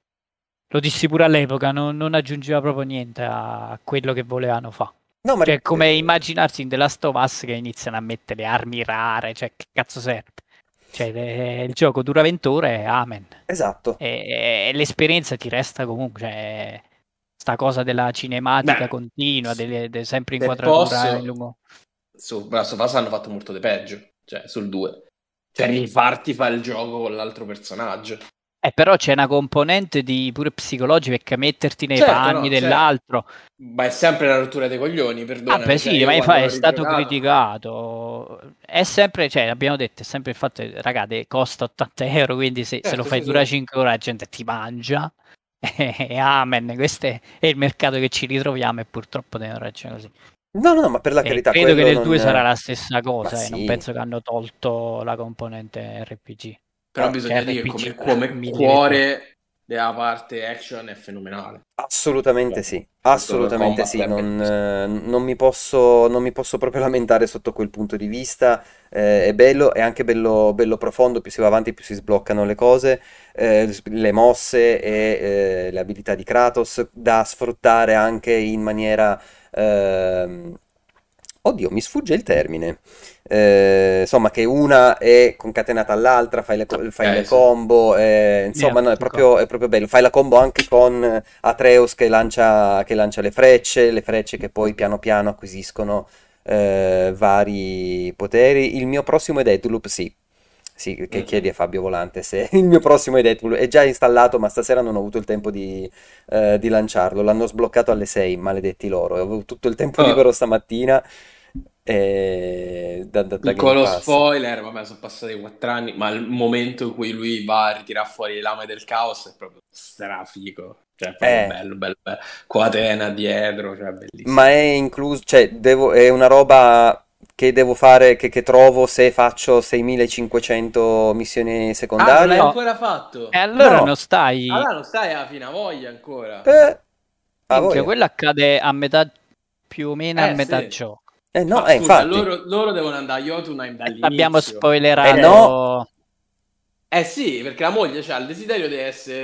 lo dissi pure all'epoca, non aggiungeva proprio niente a quello che volevano fare. No, ma Cioè, è come immaginarsi in The Last of Us che iniziano a mettere armi rare, cioè che cazzo serve? Cioè, il gioco dura 20 ore e amen. esatto. E l'esperienza ti resta comunque, cioè, sta cosa della cinematica Beh, continua, sempre se inquadratura in posso, lungo. su Last of Us hanno fatto molto di peggio, cioè sul 2. Cioè rifarti fa il gioco con l'altro personaggio. Però c'è una componente di pure psicologica, perché metterti nei Certo, panni no, certo. dell'altro. Ma è sempre la rottura dei coglioni, Ah, beh, perdonami, cioè sì, io ma quando è l'ho stato rigiocato... criticato. È sempre, cioè, abbiamo detto, è sempre il fatto, ragazzi, costa 80 euro, quindi se lo Certo, fai sì, durare sì. 5 ore la gente ti mangia. E amen, questo è il mercato che ci ritroviamo e purtroppo devono ragione così. No, no, ma per la E carità, credo che quello nel 2 sarà non... la stessa Ma cosa, e non sì. penso che hanno tolto la componente RPG. Però Cioè bisogna dire che RPG, come 1000 virgolette. cuore della parte action è fenomenale. Assolutamente Cioè, sì, questo assolutamente combat sì, è bellissimo. non mi posso proprio lamentare sotto quel punto di vista, è bello, è anche bello, bello profondo, più si va avanti più si sbloccano le cose, le mosse e le abilità di Kratos da sfruttare anche in maniera... ehm, oddio, mi sfugge il termine. Insomma, che una è concatenata all'altra, fai le Sì. combo, insomma, no, è proprio bello. Fai la combo anche con Atreus che lancia le frecce che poi piano piano acquisiscono vari poteri. Il mio prossimo è Deathloop, sì. Sì, che chiedi a Fabio Volante se il mio prossimo è Deathloop. È già installato, ma stasera non ho avuto il tempo di lanciarlo. L'hanno sbloccato alle 6, maledetti loro. Avevo tutto il tempo Oh, libero stamattina da Game piccolo Pass. spoiler, vabbè, sono passati 4 anni, ma il momento in cui lui va a ritirare fuori le lame del caos è proprio strafico. Cioè, è proprio Eh, bello, bello, bello. Con Atena dietro, cioè, ma è bellissimo. incluso, cioè, è una roba che devo fare, che trovo se faccio 6500 missioni Ah, non l'hai secondarie? No, ancora e fatto? allora non No, stai. Allora non stai a fine voglia ancora. eh, a Minchia, voglia. quello accade a metà, più o meno a metà Sì. gioco. No, Ma scusa, infatti. loro devono andare a Jotunheim E t'abbiamo dall'inizio. No, spoilerato. Eh sì, perché la moglie ha il desiderio di essere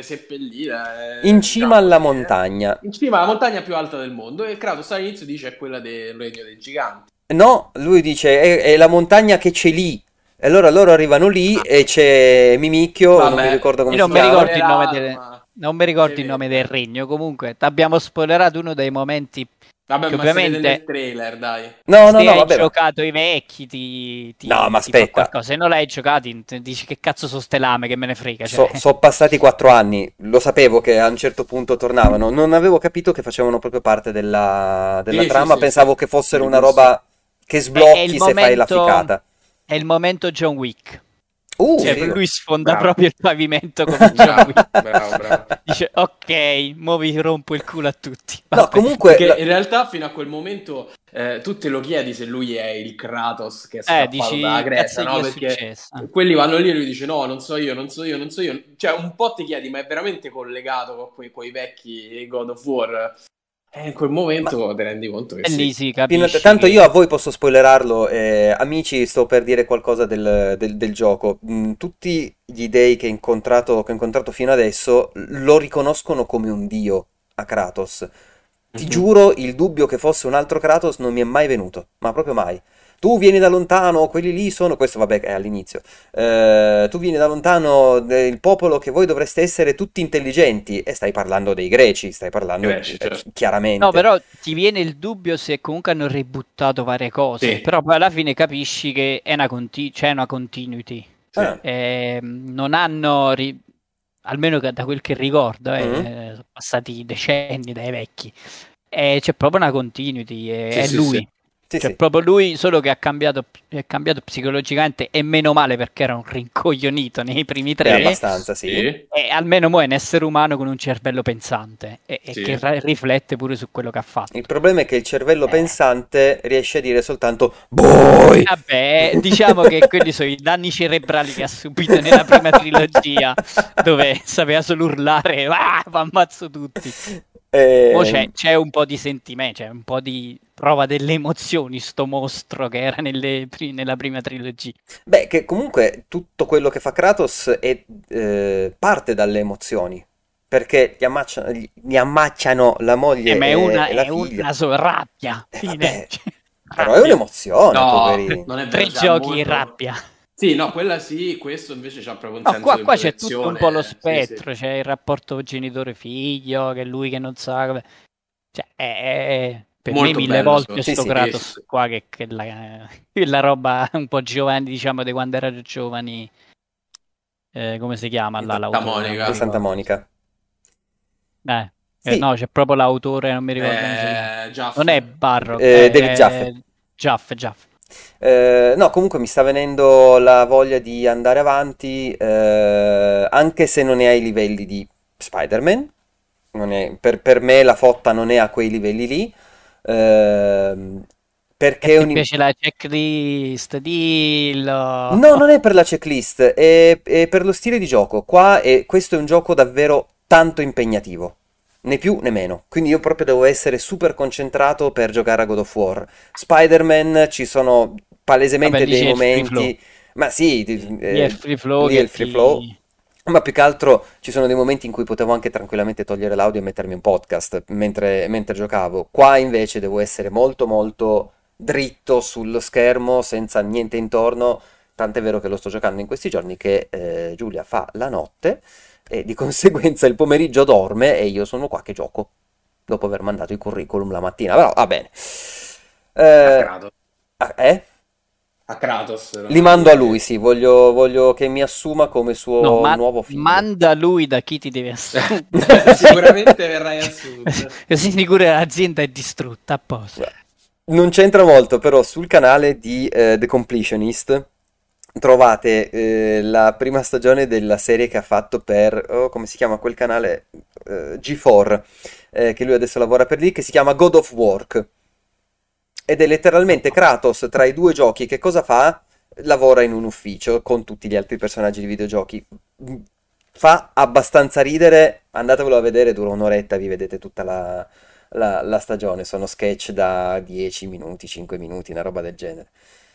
in seppellita, cima diciamo alla così, montagna. in cima alla montagna più alta del mondo. E Kratos all'inizio dice è quella del regno dei giganti. No, lui dice è la montagna che c'è lì. E allora loro arrivano lì Ah, e c'è Mimicchio, non mi Vabbè, ricordo come io si non mi chiama. ricordo il nome spoilerato, ma non mi si ricordo il nome del vede. regno. Comunque, t'abbiamo spoilerato uno dei momenti Vabbè, che ma si vede ovviamente, nel trailer, dai. No, no, se no, hai vabbè, ma... giocato i vecchi, ti, No, ma ti fa aspetta. qualcosa. Se non l'hai giocati, dici che cazzo sono ste lame, che me ne frega. Cioè. Sono passati 4 anni, lo sapevo che a un certo punto tornavano, non avevo capito che facevano proprio parte della Sì, sì, trama, sì, pensavo sì. che fossero una Bellissimo. roba che È il sblocchi se fai la momento, ficata. è il momento John Wick. Cioè, Sì, Figo. lui sfonda bravo, proprio il pavimento come John bravo, Wick. bravo, bravo. Dice, ok, mo vi rompo il culo a tutti. No, Vabbè. comunque, Perché in realtà fino a quel momento tu te lo chiedi se lui è il Kratos che è scappato dalla Dici, Grecia, cazzo gli no? è Perché successo? quelli vanno lì e lui dice no, non so io, non so io, non so io. Cioè un po' ti chiedi, ma è veramente collegato con quei vecchi God of War? E in quel ma momento ti rendi conto che E lì sì. si capisci tanto io a che. voi posso spoilerarlo, amici, sto per dire qualcosa del gioco. Tutti gli dei che ho incontrato fino adesso lo riconoscono come un dio a Kratos. Ti Mhm. giuro, il dubbio che fosse un altro Kratos non mi è mai venuto, ma proprio mai. Tu vieni da lontano, quelli lì sono, questo vabbè è all'inizio, tu vieni da lontano del popolo che voi dovreste essere tutti intelligenti e stai parlando dei greci, stai parlando Greci, certo. No, chiaramente. però ti viene il dubbio se comunque hanno ributtato varie cose, Sì, però poi alla fine capisci che è c'è una continuity. sì. Ah, Non hanno, almeno da quel che ricordo, mm, sono passati decenni dai vecchi, c'è proprio una continuity, Sì, è sì, sì. lui. sì, Cioè, sì, proprio lui, solo che è cambiato psicologicamente, e meno male perché era un rincoglionito nei primi è tre, abbastanza, sì. Sì, e almeno mo è un essere umano con un cervello pensante e che sì. riflette pure su quello che ha Il fatto. problema è che il cervello Eh, pensante riesce a dire soltanto Boy! Vabbè, diciamo che quelli sono i danni cerebrali che ha subito nella prima trilogia, dove sapeva solo urlare, ah, ammazzo tutti. Mo c'è, Ehm, c'è un po' di sentimento, c'è un po' di prova delle emozioni, sto mostro che era nella prima trilogia. Beh, che comunque tutto quello che fa Kratos parte dalle emozioni, perché gli ammacciano la moglie Ma è e la è figlia. una sola rabbia, E fine. vabbè, Cioè, però è rabbia. un'emozione, No, poverino. non è vero, 3 giochi in molto... rabbia. Sì, no, quella sì, questo invece c'ha proprio un No, senso di qua c'è tutto un po' lo protezione. Sì, sì. spettro, c'è il rapporto genitore-figlio, che è lui che non sa. Cioè, per me Molto 1000 bello, volte Sì, sto sì. Kratos qua che la roba un po' giovane, diciamo, di quando erano giovani. Come si chiama di là Santa l'autore? Non mi Di Monica. Santa ricordo. Monica. Eh, Sì, no, c'è proprio l'autore, non mi ricordo come si chiama. Non Jaff. è Barrock, David Jaffe. è Jaff. No, comunque mi sta venendo la voglia di andare avanti, anche se non è ai livelli di Spider-Man. Per me la fotta non è a quei livelli lì, ehm, E perché è ti un... piace la checklist, dillo. No, non è per la checklist, è per lo stile di gioco. Questo è un gioco davvero tanto impegnativo, né più né meno. Quindi io proprio devo essere super concentrato per giocare a God of War. Spider-Man ci sono Vabbè, palesemente lì dei c'è il free flow. momenti, ma sì, Lì è il free flow lì è il che free flow. ti... Ma più che altro ci sono dei momenti in cui potevo anche tranquillamente togliere l'audio e mettermi un podcast mentre giocavo. Qua invece devo essere molto molto dritto sullo schermo, senza niente intorno. Tant'è vero che lo sto giocando in questi giorni che Giulia fa la notte e di conseguenza il pomeriggio dorme e io sono qua che gioco, dopo aver mandato i curriculum la mattina. Però va bene. A Eh, Kratos. eh? A Kratos lo Li mandi mando a lui, perché... sì, voglio che mi assuma come No, suo ma nuovo figlio. manda lui da chi ti deve assumere. Sicuramente verrai assunto. Così sicuro l'azienda è distrutta, a posto. Non c'entra molto, però sul canale di The Completionist trovate la prima stagione della serie che ha fatto per, oh, come si chiama quel canale? G4, che lui adesso lavora per lì, che si chiama God of Work. Ed è letteralmente Kratos tra i due giochi. Che cosa fa? Lavora in un ufficio con tutti gli altri personaggi di videogiochi. Fa abbastanza ridere, andatevelo a vedere, dura un'oretta, vi vedete tutta la stagione. Sono sketch da 10 minuti, 5 minuti, una roba del genere.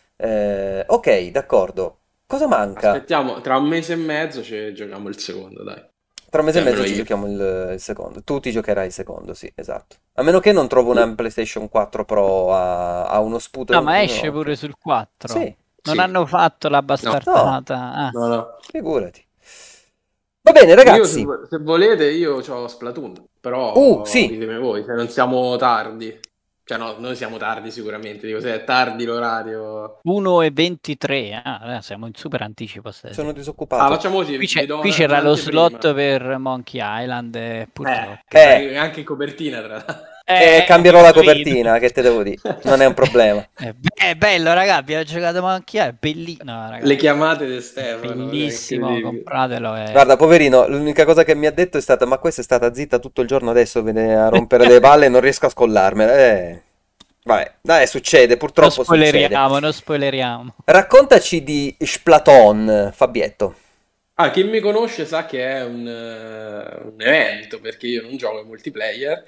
Ok, d'accordo. Cosa manca? Aspettiamo, tra un mese e mezzo ci giochiamo il secondo, dai. Tra un mese e Cioè, mezzo almeno ci io. giochiamo il secondo. Tu ti giocherai il secondo, sì, esatto. A meno che non trovo una PlayStation 4 Pro a uno sputo. No, ma esce No, pure ok. sul 4. Sì, Non Sì. hanno fatto la No, no, bastardata. Ah. no, no. figurati. Va bene, Io, ragazzi. se volete, io ho Splatoon, però Sì. ditemi voi, se non siamo tardi. Cioè, no, noi siamo tardi sicuramente, dico, se è tardi l'orario... 1:23. Siamo in super anticipo Sono stasera. Ah, disoccupato. facciamo così, vi do Qui c'era lo un'anteprima. slot per Monkey Island, Che purtroppo. Eh, sai, è anche in copertina, tra l'altro. cambierò Ho la capito. copertina, che te devo dire? Non è un problema. È bello, raga. Abbiamo giocato Monkey Island. Bellissimo. No, Le raga. chiamate di Stefano, cioè, Bellissimo. incredibile. Compratelo. Guarda, poverino, l'unica cosa che mi ha detto è stata: Ma questa è stata zitta tutto il giorno adesso, viene a rompere le palle e non riesco a scollarmela. Vabbè, dai, succede, purtroppo succede. Non spoileriamo. Raccontaci di Splaton, Fabietto. Ah, chi mi conosce sa che è un evento perché io non gioco in multiplayer.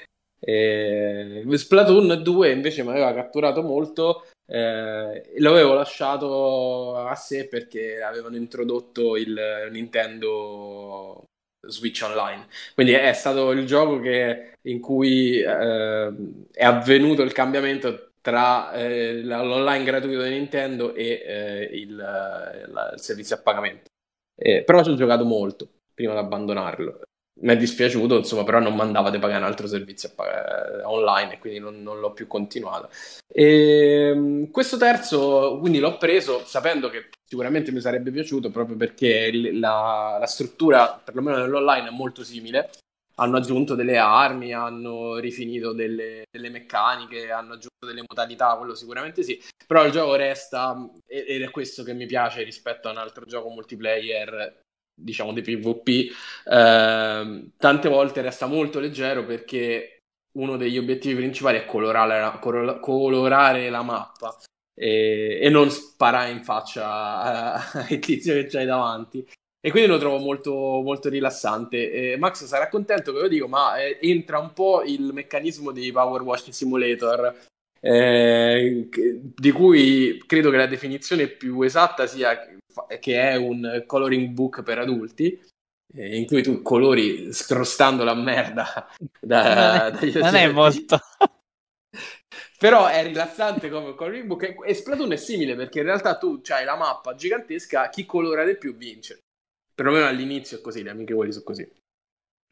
Splatoon 2 invece mi aveva catturato molto e l'avevo lasciato a sé perché avevano introdotto il Nintendo Switch Online. Quindi è stato il gioco in cui è avvenuto il cambiamento tra l'online gratuito di Nintendo e il servizio a pagamento. Però ci ho giocato molto prima di abbandonarlo. Mi è dispiaciuto, insomma, però non mandava di pagare un altro servizio online e quindi non l'ho più continuato. Questo terzo, quindi l'ho preso sapendo che sicuramente mi sarebbe piaciuto proprio perché la struttura, perlomeno nell'online, è molto simile. Hanno aggiunto delle armi, hanno rifinito delle meccaniche, hanno aggiunto delle modalità, quello sicuramente sì. Però il gioco resta, ed è questo che mi piace rispetto a un altro gioco multiplayer, diciamo di PvP, tante volte resta molto leggero perché uno degli obiettivi principali è colorare la mappa e non sparare in faccia al tizio che c'hai davanti. E quindi lo trovo molto, molto rilassante. Max sarà contento che lo dico, ma entra un po' il meccanismo di Power Wash Simulator, di cui credo che la definizione più esatta sia che è un coloring book per adulti, in cui tu colori scrostando la merda Non è, dagli non è oggetti. molto. Però è rilassante come coloring book e Splatoon è simile perché in realtà tu hai la mappa gigantesca, chi colora di più vince. Perlomeno all'inizio è così, le amichevoli sono così.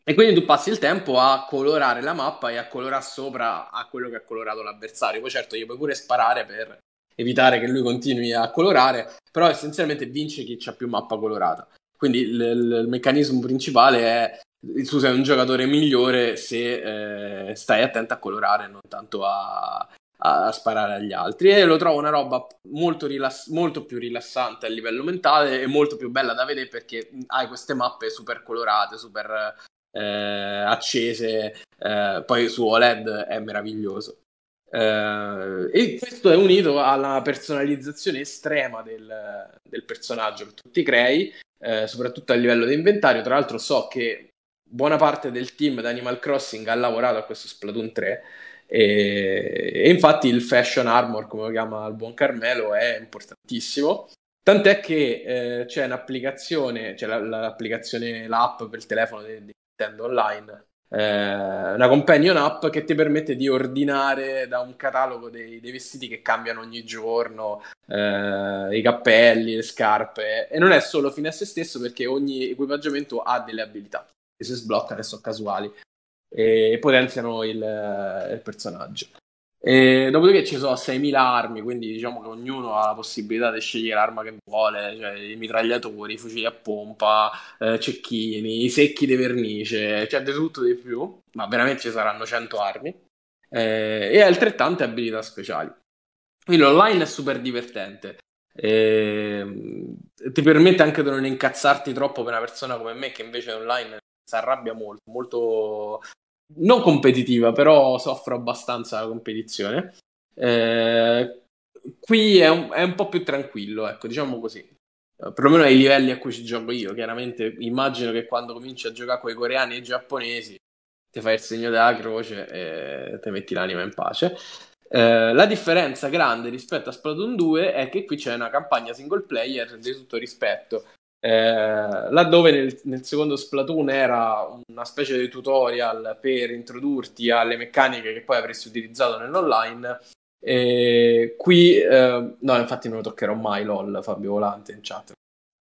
E quindi tu passi il tempo a colorare la mappa e a colorare sopra a quello che ha colorato l'avversario. Poi certo gli puoi pure sparare per evitare che lui continui a colorare, però essenzialmente vince chi ha più mappa colorata. Quindi il meccanismo principale è tu sei un giocatore migliore se stai attento a colorare, non tanto a sparare agli altri. E lo trovo una roba molto più rilassante a livello mentale e molto più bella da vedere perché hai queste mappe super colorate, super accese, poi su OLED è meraviglioso. E questo è unito alla personalizzazione estrema del personaggio che tu ti crei, soprattutto a livello di inventario. Tra l'altro so che buona parte del team di Animal Crossing ha lavorato a questo Splatoon 3 e infatti il Fashion Armor, come lo chiama il buon Carmelo, è importantissimo. Tant'è che c'è un'applicazione, c'è l'applicazione, l'app per il telefono di Nintendo Online, una companion app che ti permette di ordinare da un catalogo dei vestiti che cambiano ogni giorno, i cappelli, le scarpe, e non è solo fine a se stesso perché ogni equipaggiamento ha delle abilità che si sbloccano e sono casuali e potenziano il personaggio. E dopodiché ci sono 6.000 armi, quindi diciamo che ognuno ha la possibilità di scegliere l'arma che vuole, cioè i mitragliatori, i fucili a pompa, cecchini, i secchi di vernice, c'è di tutto di più, ma veramente ci saranno 100 armi, e altrettante abilità speciali. Quindi l'online è super divertente. Ti permette anche di non incazzarti troppo per una persona come me che invece online si arrabbia molto, molto non competitiva, però soffro abbastanza la competizione. Qui è un po' più tranquillo, ecco, diciamo così. Perlomeno ai livelli a cui ci gioco io. Chiaramente immagino che quando cominci a giocare con i coreani e i giapponesi ti fai il segno della croce e ti metti l'anima in pace. La differenza grande rispetto a Splatoon 2 è che qui c'è una campagna single player di tutto rispetto. Laddove nel secondo Splatoon era una specie di tutorial per introdurti alle meccaniche che poi avresti utilizzato nell'online, qui no, infatti non lo toccherò mai, lol, Fabio Volante in chat.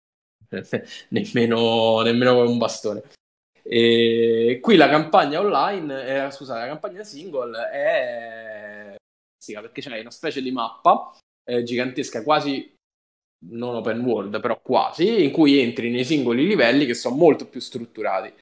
Nemmeno con un bastone. E qui la campagna online, scusate, la campagna single è sì, perché c'è una specie di mappa gigantesca, quasi non open world, però quasi, in cui entri nei singoli livelli che sono molto più strutturati.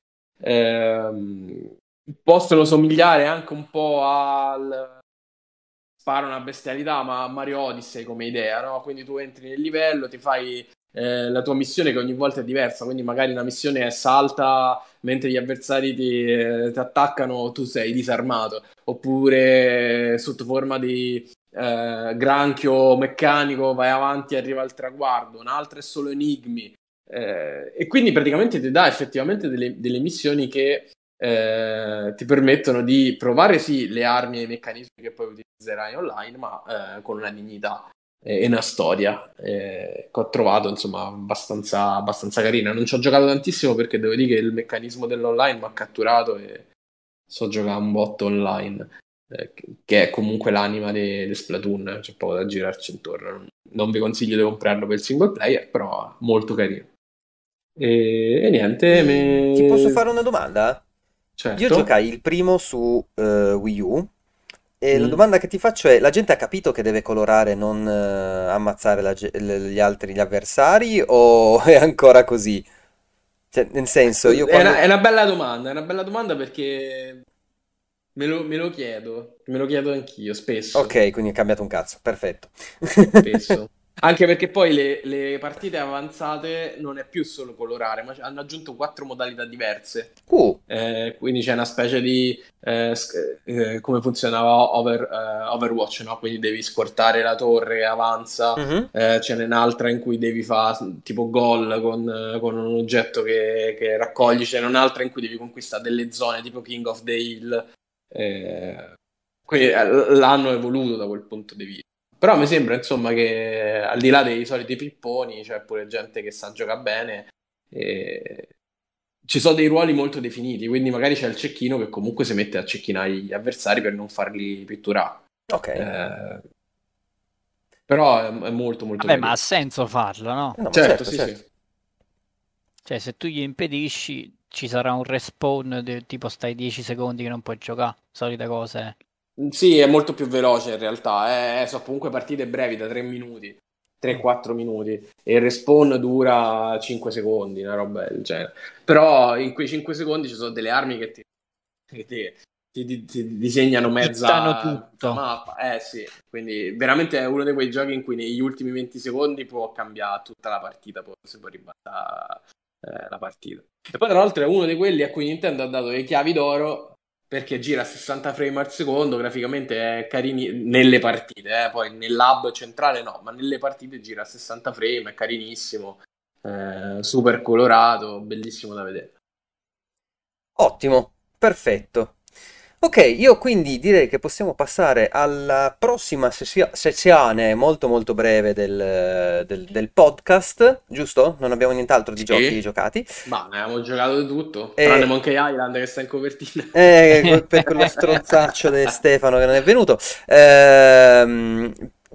Ehm, Possono somigliare anche un po' al spara una bestialità, ma a Mario Odyssey come idea, no? Quindi tu entri nel livello, ti fai la tua missione che ogni volta è diversa, quindi magari una missione è salta mentre gli avversari ti attaccano, tu sei disarmato, oppure sotto forma di granchio meccanico vai avanti e arriva al traguardo, un'altra è solo enigmi. E quindi praticamente ti dà effettivamente delle missioni che ti permettono di provare sì le armi e i meccanismi che poi utilizzerai online, ma con una dignità e una storia che ho trovato insomma abbastanza carina. Non ci ho giocato tantissimo perché devo dire che il meccanismo dell'online mi ha catturato e so giocare un botto online, che è comunque l'anima di Splatoon, c'è poco da girarci intorno. Non vi consiglio di comprarlo per il single player, però molto carino. E niente, Ti posso fare una domanda? Io certo. giocai il primo su Wii U e la Mm. domanda che ti faccio è, la gente ha capito che deve colorare e non ammazzare gli altri, gli avversari o è ancora così? Cioè, nel senso, io È quando... una bella domanda, è una bella domanda perché me lo chiedo anch'io, spesso. Ok, quindi è cambiato un cazzo, perfetto. Spesso. Anche perché poi le partite avanzate non è più solo colorare, ma hanno aggiunto 4 modalità diverse. Uh, Quindi c'è una specie di come funzionava Overwatch, no? Quindi devi scortare la torre che avanza, mhm. ce n'è un'altra in cui devi fare tipo gol con un oggetto che raccogli, ce n'è un'altra in cui devi conquistare delle zone tipo King of the Hill. Eh, quindi l'hanno evoluto da quel punto di vista. Però mi sembra, insomma, che al di là dei soliti pipponi, c'è pure gente che sa giocare bene e ci sono dei ruoli molto definiti, quindi magari c'è il cecchino che comunque si mette a cecchinare gli avversari per non farli pitturare. Ok. Eh, però è molto molto Vabbè, ma ha carino. senso farlo, no? No, ma Certo, certo, sì, sì. certo. Cioè, se tu gli impedisci, ci sarà un respawn, tipo stai 10 secondi che non puoi giocare, solite cose. Sì, è molto più veloce in realtà, sono comunque partite brevi da 3 minuti, 3-4 minuti, e il respawn dura 5 secondi, una roba del genere. Però in quei 5 secondi ci sono delle armi che ti disegnano Ittano mezza tutto. mappa. Sì, quindi veramente è uno di quei giochi in cui negli ultimi 20 secondi può cambiare tutta la partita, poi si può ribaltare la partita. E poi tra l'altro è uno di quelli a cui Nintendo ha dato le chiavi d'oro perché gira a 60 frame al secondo, graficamente è carini nelle partite, poi nell'hub centrale no, ma nelle partite gira a 60 frame, è carinissimo, super colorato, bellissimo da vedere. Ottimo, perfetto. Ok, io quindi direi che possiamo passare alla prossima sezione molto molto breve del podcast, giusto? Non abbiamo nient'altro di giochi Sì, giocati. ma ne abbiamo giocato di tutto, tranne E, Monkey Island che sta in copertina. per quello stronzaccio di Stefano che non è venuto. Ehm,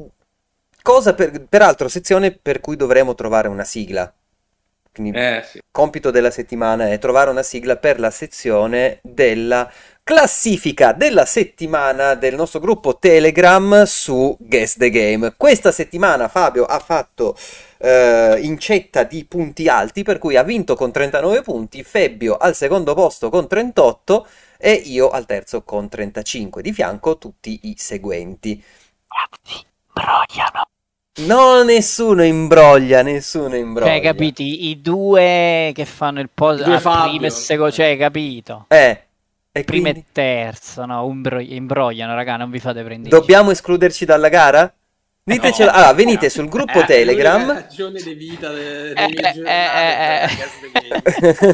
peraltro, sezione per cui dovremo trovare una sigla. Quindi, Sì. compito della settimana è trovare una sigla per la sezione della classifica della settimana del nostro gruppo Telegram su Guess the Game. Questa settimana Fabio ha fatto incetta di punti alti, per cui ha vinto con 39 punti, Febbio al secondo posto con 38 e io al terzo con 35. Di fianco tutti i seguenti. Ragazzi, imbrogliano. No, nessuno imbroglia, nessuno Cioè, imbroglia. capiti? I due che fanno il I post due a primo e Fabio. secondo, cioè, capito? E Primo e quindi terzo, no, imbrogliano, raga, non vi fate prendere in giro. dobbiamo escluderci dalla gara? Ditecelo. No, Allora, venite sul gruppo è l'unica Telegram. ragione di vita delle mie giornate è Eh. giocare a Gas the Game.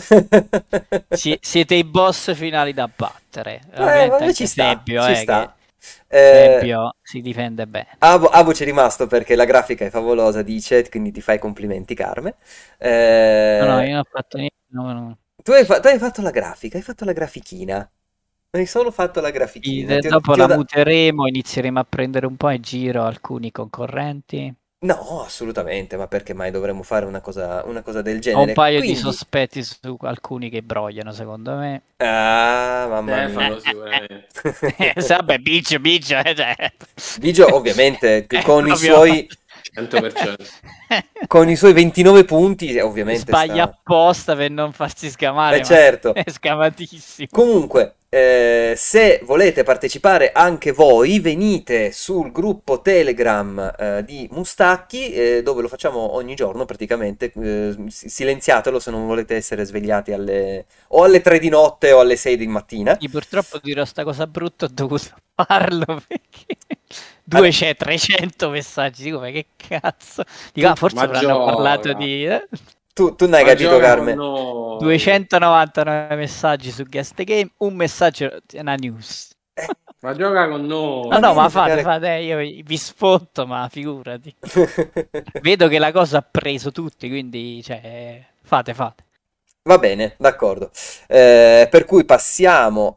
Siete i boss finali da battere. Ovviamente Vabbè, ci anche sta, Febbio, ci che sta. Eh, Febbio si difende bene. Abo c'è rimasto perché la grafica è favolosa, dice, quindi ti fai i complimenti, Carme. No, Eh, io non ho fatto niente. No. tu hai fatto la grafica, hai fatto la grafichina. Hai solo fatto la grafichina. Dopo Ti ho la da- muteremo, inizieremo a prendere un po' in giro alcuni concorrenti. No, assolutamente, ma perché mai dovremmo fare una cosa del Ho un genere? paio di Quindi, sospetti su alcuni che brogliano, secondo me. ah, mamma mia. Stefano sicuramente. Vabbè, bicio, cioè. Biggio ovviamente È proprio... con i suoi 29 punti ovviamente Sbaglia sta... apposta per non farsi scamare, ma Certo. è scamatissimo. Comunque, se volete partecipare anche voi, venite sul gruppo Telegram di Mustacchi, dove lo facciamo ogni giorno praticamente. Silenziatelo se non volete essere svegliati o alle 3 di notte o alle 6 di mattina. Sì, purtroppo dirò sta cosa brutta, ho dovuto farlo perché Vabbè, c'è 300 messaggi, dico ma che cazzo? Dico, tu, forse Ma avranno parlato gioca. di tu non hai Ma capito, gioca con Carme. noi. 299 messaggi su Guest Game, un messaggio è una news. Ma gioca con No, Va noi. no, bene ma giocare... fate, io vi sfotto, ma figurati. Vedo che la cosa ha preso tutti, quindi, cioè, fate. Va bene, d'accordo. Per cui passiamo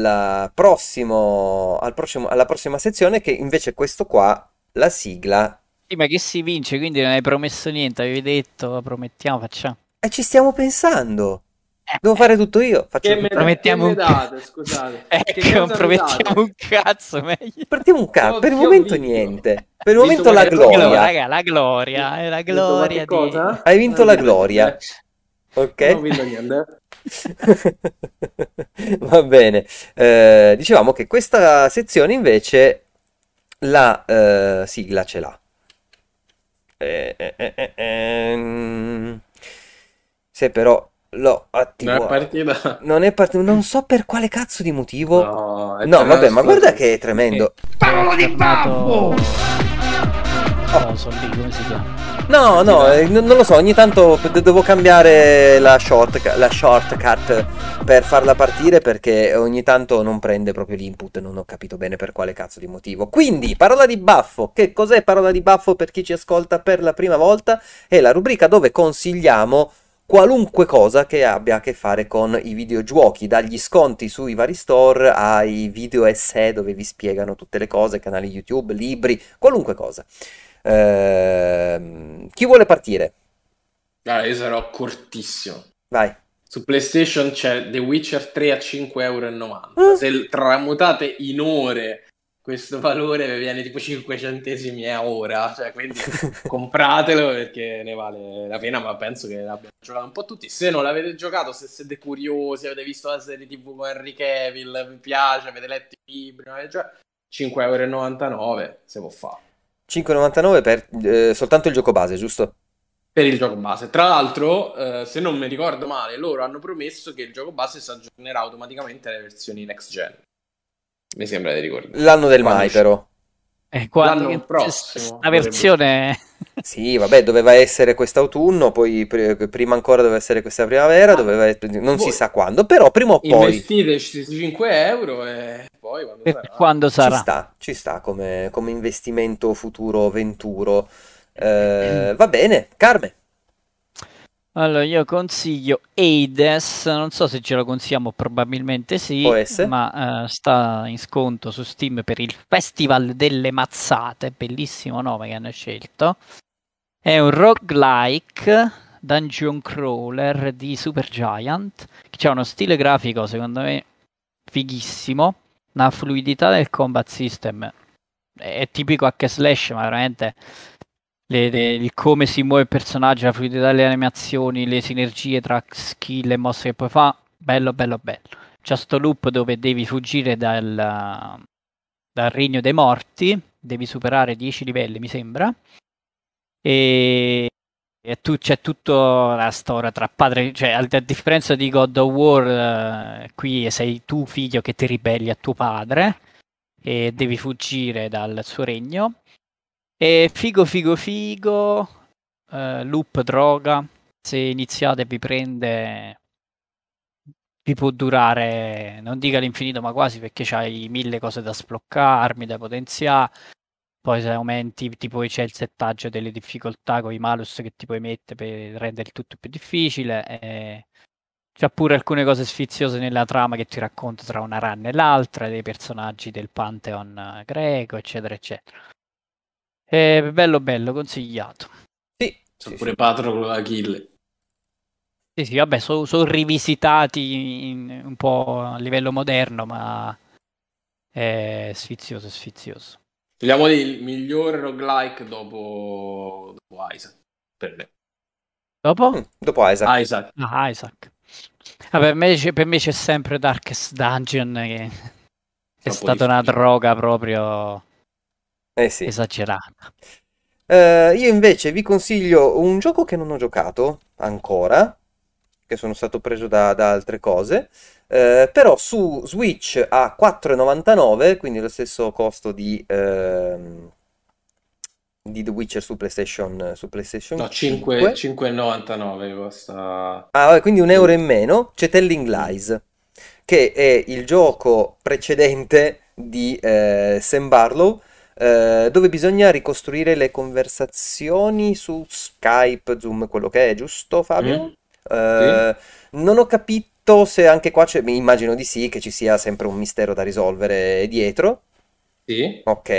alla prossima sezione, che invece è questo qua, la sigla. Sì, ma che si vince, quindi non hai promesso niente, avevi detto, promettiamo, facciamo. E ci stiamo pensando. Devo fare tutto io, faccio tutto io. Che Promettiamo me un cazzo. date, scusate? Che Ecco, cosa mi promettiamo date? un cazzo, meglio. Partiamo un caso. Per il Che ho momento vinto? niente. Per il Vinto momento la qualche cosa? gloria. Raga, la gloria, è la Ho vinto qualche gloria di... cosa? Hai Non vinto ho la vinto gloria. niente. Non ho Ok? vinto niente. Va bene. Dicevamo che questa sezione invece la sigla ce l'ha. Se però lo Non è attivo. partita. Non è partito. Non so per quale cazzo di motivo. No, è No, tornato vabbè, ma guarda esplosivo. che è tremendo. È tornato... Coso lì, come si chiama? No, no, Partita. non lo so, ogni tanto devo cambiare la shortcut per farla partire perché ogni tanto non prende proprio l'input, non ho capito bene per quale cazzo di motivo. Quindi, parola di baffo. Che cos'è parola di baffo per chi ci ascolta per la prima volta? È la rubrica dove consigliamo qualunque cosa che abbia a che fare con i videogiochi, dagli sconti sui vari store ai video essay dove vi spiegano tutte le cose, canali YouTube, libri, qualunque cosa. Chi vuole partire? Allora, io sarò cortissimo. Vai. Su PlayStation c'è The Witcher 3 a 5,90 Mm. €. Se tramutate in ore questo valore vi viene tipo 5 centesimi a ora, cioè quindi compratelo perché ne vale la pena, ma penso che l'abbiano giocato un po' tutti. Se non l'avete giocato, se siete curiosi, avete visto la serie TV con Henry Cavill, vi piace, avete letto i libri, non avete giocato, 5,99 € se può fare. 5,99 per soltanto il gioco base, giusto? Per il gioco base. Tra l'altro, se non mi ricordo male, loro hanno promesso che il gioco base si aggiornerà automaticamente alle versioni next gen. Mi sembra di ricordare. L'anno del Quando mai, uscirà. però. L'anno prossimo la dovrebbe uscire. versione Sì, vabbè, doveva essere quest'autunno, poi prima ancora doveva essere questa primavera, non si Voi sa quando, però prima o poi investite 5 € e poi quando per sarà. quando sarà. ci sta come investimento futuro venturo. Va bene, Carme, Allora, io consiglio Hades, non so se ce lo consigliamo, probabilmente può sì, essere. ma sta in sconto su Steam per il Festival delle Mazzate, bellissimo nome che hanno scelto. È un roguelike dungeon crawler di Supergiant, che ha uno stile grafico secondo me fighissimo, una fluidità del combat system, è tipico hack and slash, ma veramente il come si muove il personaggio, la fluidità delle animazioni, le sinergie tra skill e mosse che poi fa, bello bello bello. C'è sto loop dove devi fuggire dal regno dei morti, devi superare 10 livelli mi sembra, e c'è tutta la storia tra padre, cioè a differenza di God of War, qui sei tu figlio che ti ribelli a tuo padre e devi fuggire dal suo regno. E figo figo figo, loop droga, se iniziate vi prende, vi può durare, non dica all'infinito ma quasi, perché c'hai 1000 cose da sbloccare, armi da potenziare, poi se aumenti tipo c'è il settaggio delle difficoltà con i malus che ti puoi mettere per rendere il tutto più difficile, c'ha pure alcune cose sfiziose nella trama che ti racconto tra una run e l'altra, dei personaggi del Pantheon greco, eccetera, eccetera. Bello bello, consigliato. Sì, C'è sì, pure sì. Patroclo Achille. Sì, sì, vabbè, sono rivisitati un po' a livello moderno, ma è sfizioso, sfizioso. Vogliamo dire il miglior roguelike dopo Isaac. Per me. Dopo? Dopo Isaac. Isaac. Ah, Isaac. Vabbè, per me c'è sempre Darkest Dungeon, che è Troppo stata una difficile. droga proprio Eh sì. esagerata. Io invece vi consiglio un gioco che non ho giocato ancora, che sono stato preso da altre cose, però su Switch a 4,99, quindi lo stesso costo di The Witcher su PlayStation No, 5, 5. 5,99 costa. Ah, vabbè, quindi un The euro in Witcher. meno, c'è Telling Mm. Lies, che è il gioco precedente di Sam Barlow, dove bisogna ricostruire le conversazioni su Skype, Zoom, quello che è, giusto Fabio? Mm? Sì? Eh, non ho capito se anche qua c'è, mi immagino di sì, che ci sia sempre un mistero da risolvere dietro. Sì? Ok.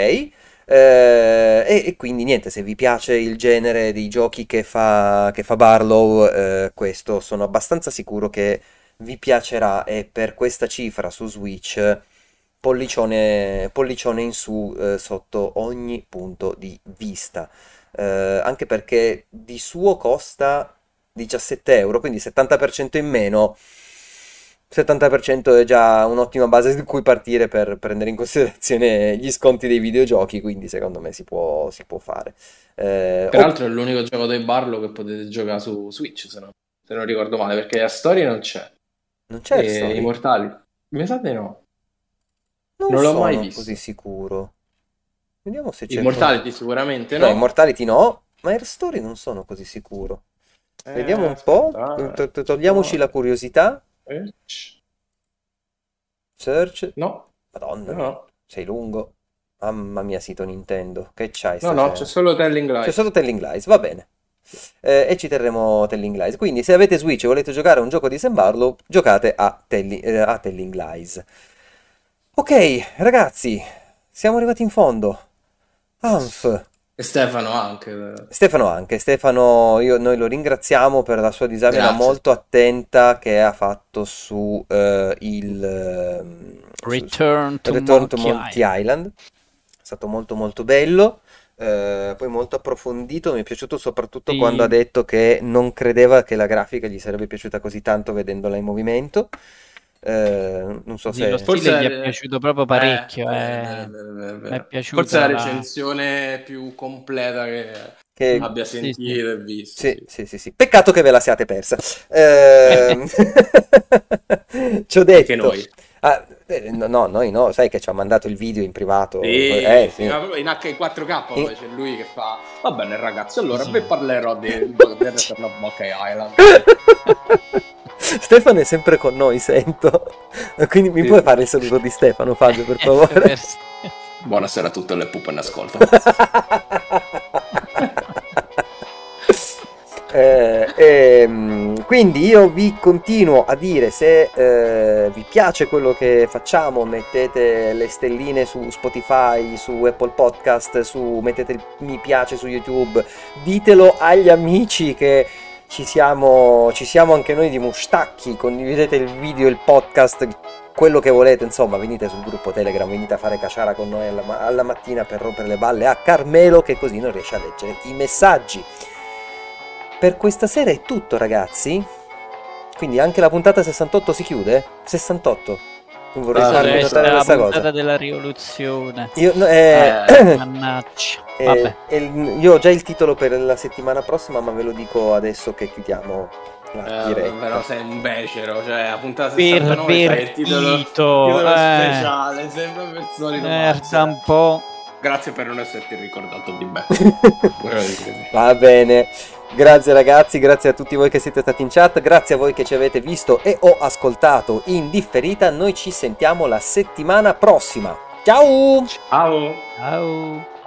E quindi niente, se vi piace il genere dei giochi che fa Barlow, questo sono abbastanza sicuro che vi piacerà e per questa cifra su Switch pollicione in su sotto ogni punto di vista. Anche perché di suo costa 17 euro, quindi 70% in meno. 70% è già un'ottima base su cui partire per prendere in considerazione gli sconti dei videogiochi, quindi secondo me si può fare. Oh, Peraltro è l'unico gioco dei Barlow che potete giocare su Switch, se non ricordo male, perché la storia non c'è. non c'è E Story? Immortali? Mi sa di no. Non Non l'ho mai sono così visto. sicuro. Vediamo se cerco. Immortality sicuramente No, no. Immortality no, ma Air Story non sono così sicuro. Vediamo un po', Aspetta. togliamoci la curiosità. Search. Search. No, Madonna mia, no, sei lungo. Mamma mia, sito Nintendo. Che c'hai no, no, c'è stasera? solo Telling C'è Lies. solo Telling Lies, va bene. E ci terremo Telling Lies. Quindi, se avete Switch e volete giocare a un gioco di Sam Barlow, giocate a Telling Lies. Ok, ragazzi, siamo arrivati in fondo. Yes. Anf, E Stefano anche. Stefano, noi lo ringraziamo per la sua disamina Grazie. molto attenta che ha fatto su Return to Return to Monkey Monkey Island. È stato molto molto bello, poi molto approfondito. Mi è piaciuto soprattutto Sì. quando ha detto che non credeva che la grafica gli sarebbe piaciuta così tanto vedendola in movimento. Non so Sì, lo se... stile gli Forse è piaciuto proprio parecchio. Mi è Forse piaciuta è la recensione più completa che che... abbia Sì, sentito e visto. Sì, Sì. sì. Peccato che ve la siate persa. Ci ho Anche detto. noi. No, noi no, sai che ci ha mandato il video in privato. Sì, Sì. ma proprio in H4K poi c'è lui che fa: va bene ragazzi, allora Sì. vi parlerò di Return of Monkey Island. Stefano è sempre con noi, sento. Quindi mi Sì. puoi fare il saluto di Stefano, Fabio, per favore? Buonasera a tutte le pupe in ascolto. Quindi io vi continuo a dire, se vi piace quello che facciamo, mettete le stelline su Spotify, su Apple Podcast, mettete il mi piace su YouTube, ditelo agli amici che ci siamo anche noi di Mustacchi, condividete il video, il podcast, quello che volete, insomma, venite sul gruppo Telegram, venite a fare caciara con noi alla mattina per rompere le balle a Carmelo, che così non riesce a leggere i messaggi. Per questa sera è tutto, ragazzi. Quindi anche la puntata 68 si chiude? 68. Non vorrei farmi notare la questa puntata cosa. della rivoluzione. Io, Mannaggia. Vabbè. Io ho già il titolo per la settimana prossima, ma ve lo dico adesso che chiudiamo la diretta. Però sei un becero, cioè a puntata 69 c'hai il titolo speciale, sempre per solito. Merda un po'. Grazie per non esserti ricordato di me. Va bene. Grazie ragazzi, grazie a tutti voi che siete stati in chat, grazie a voi che ci avete visto e o ascoltato in differita. Noi ci sentiamo la settimana prossima. Ciao! Ciao! Ciao.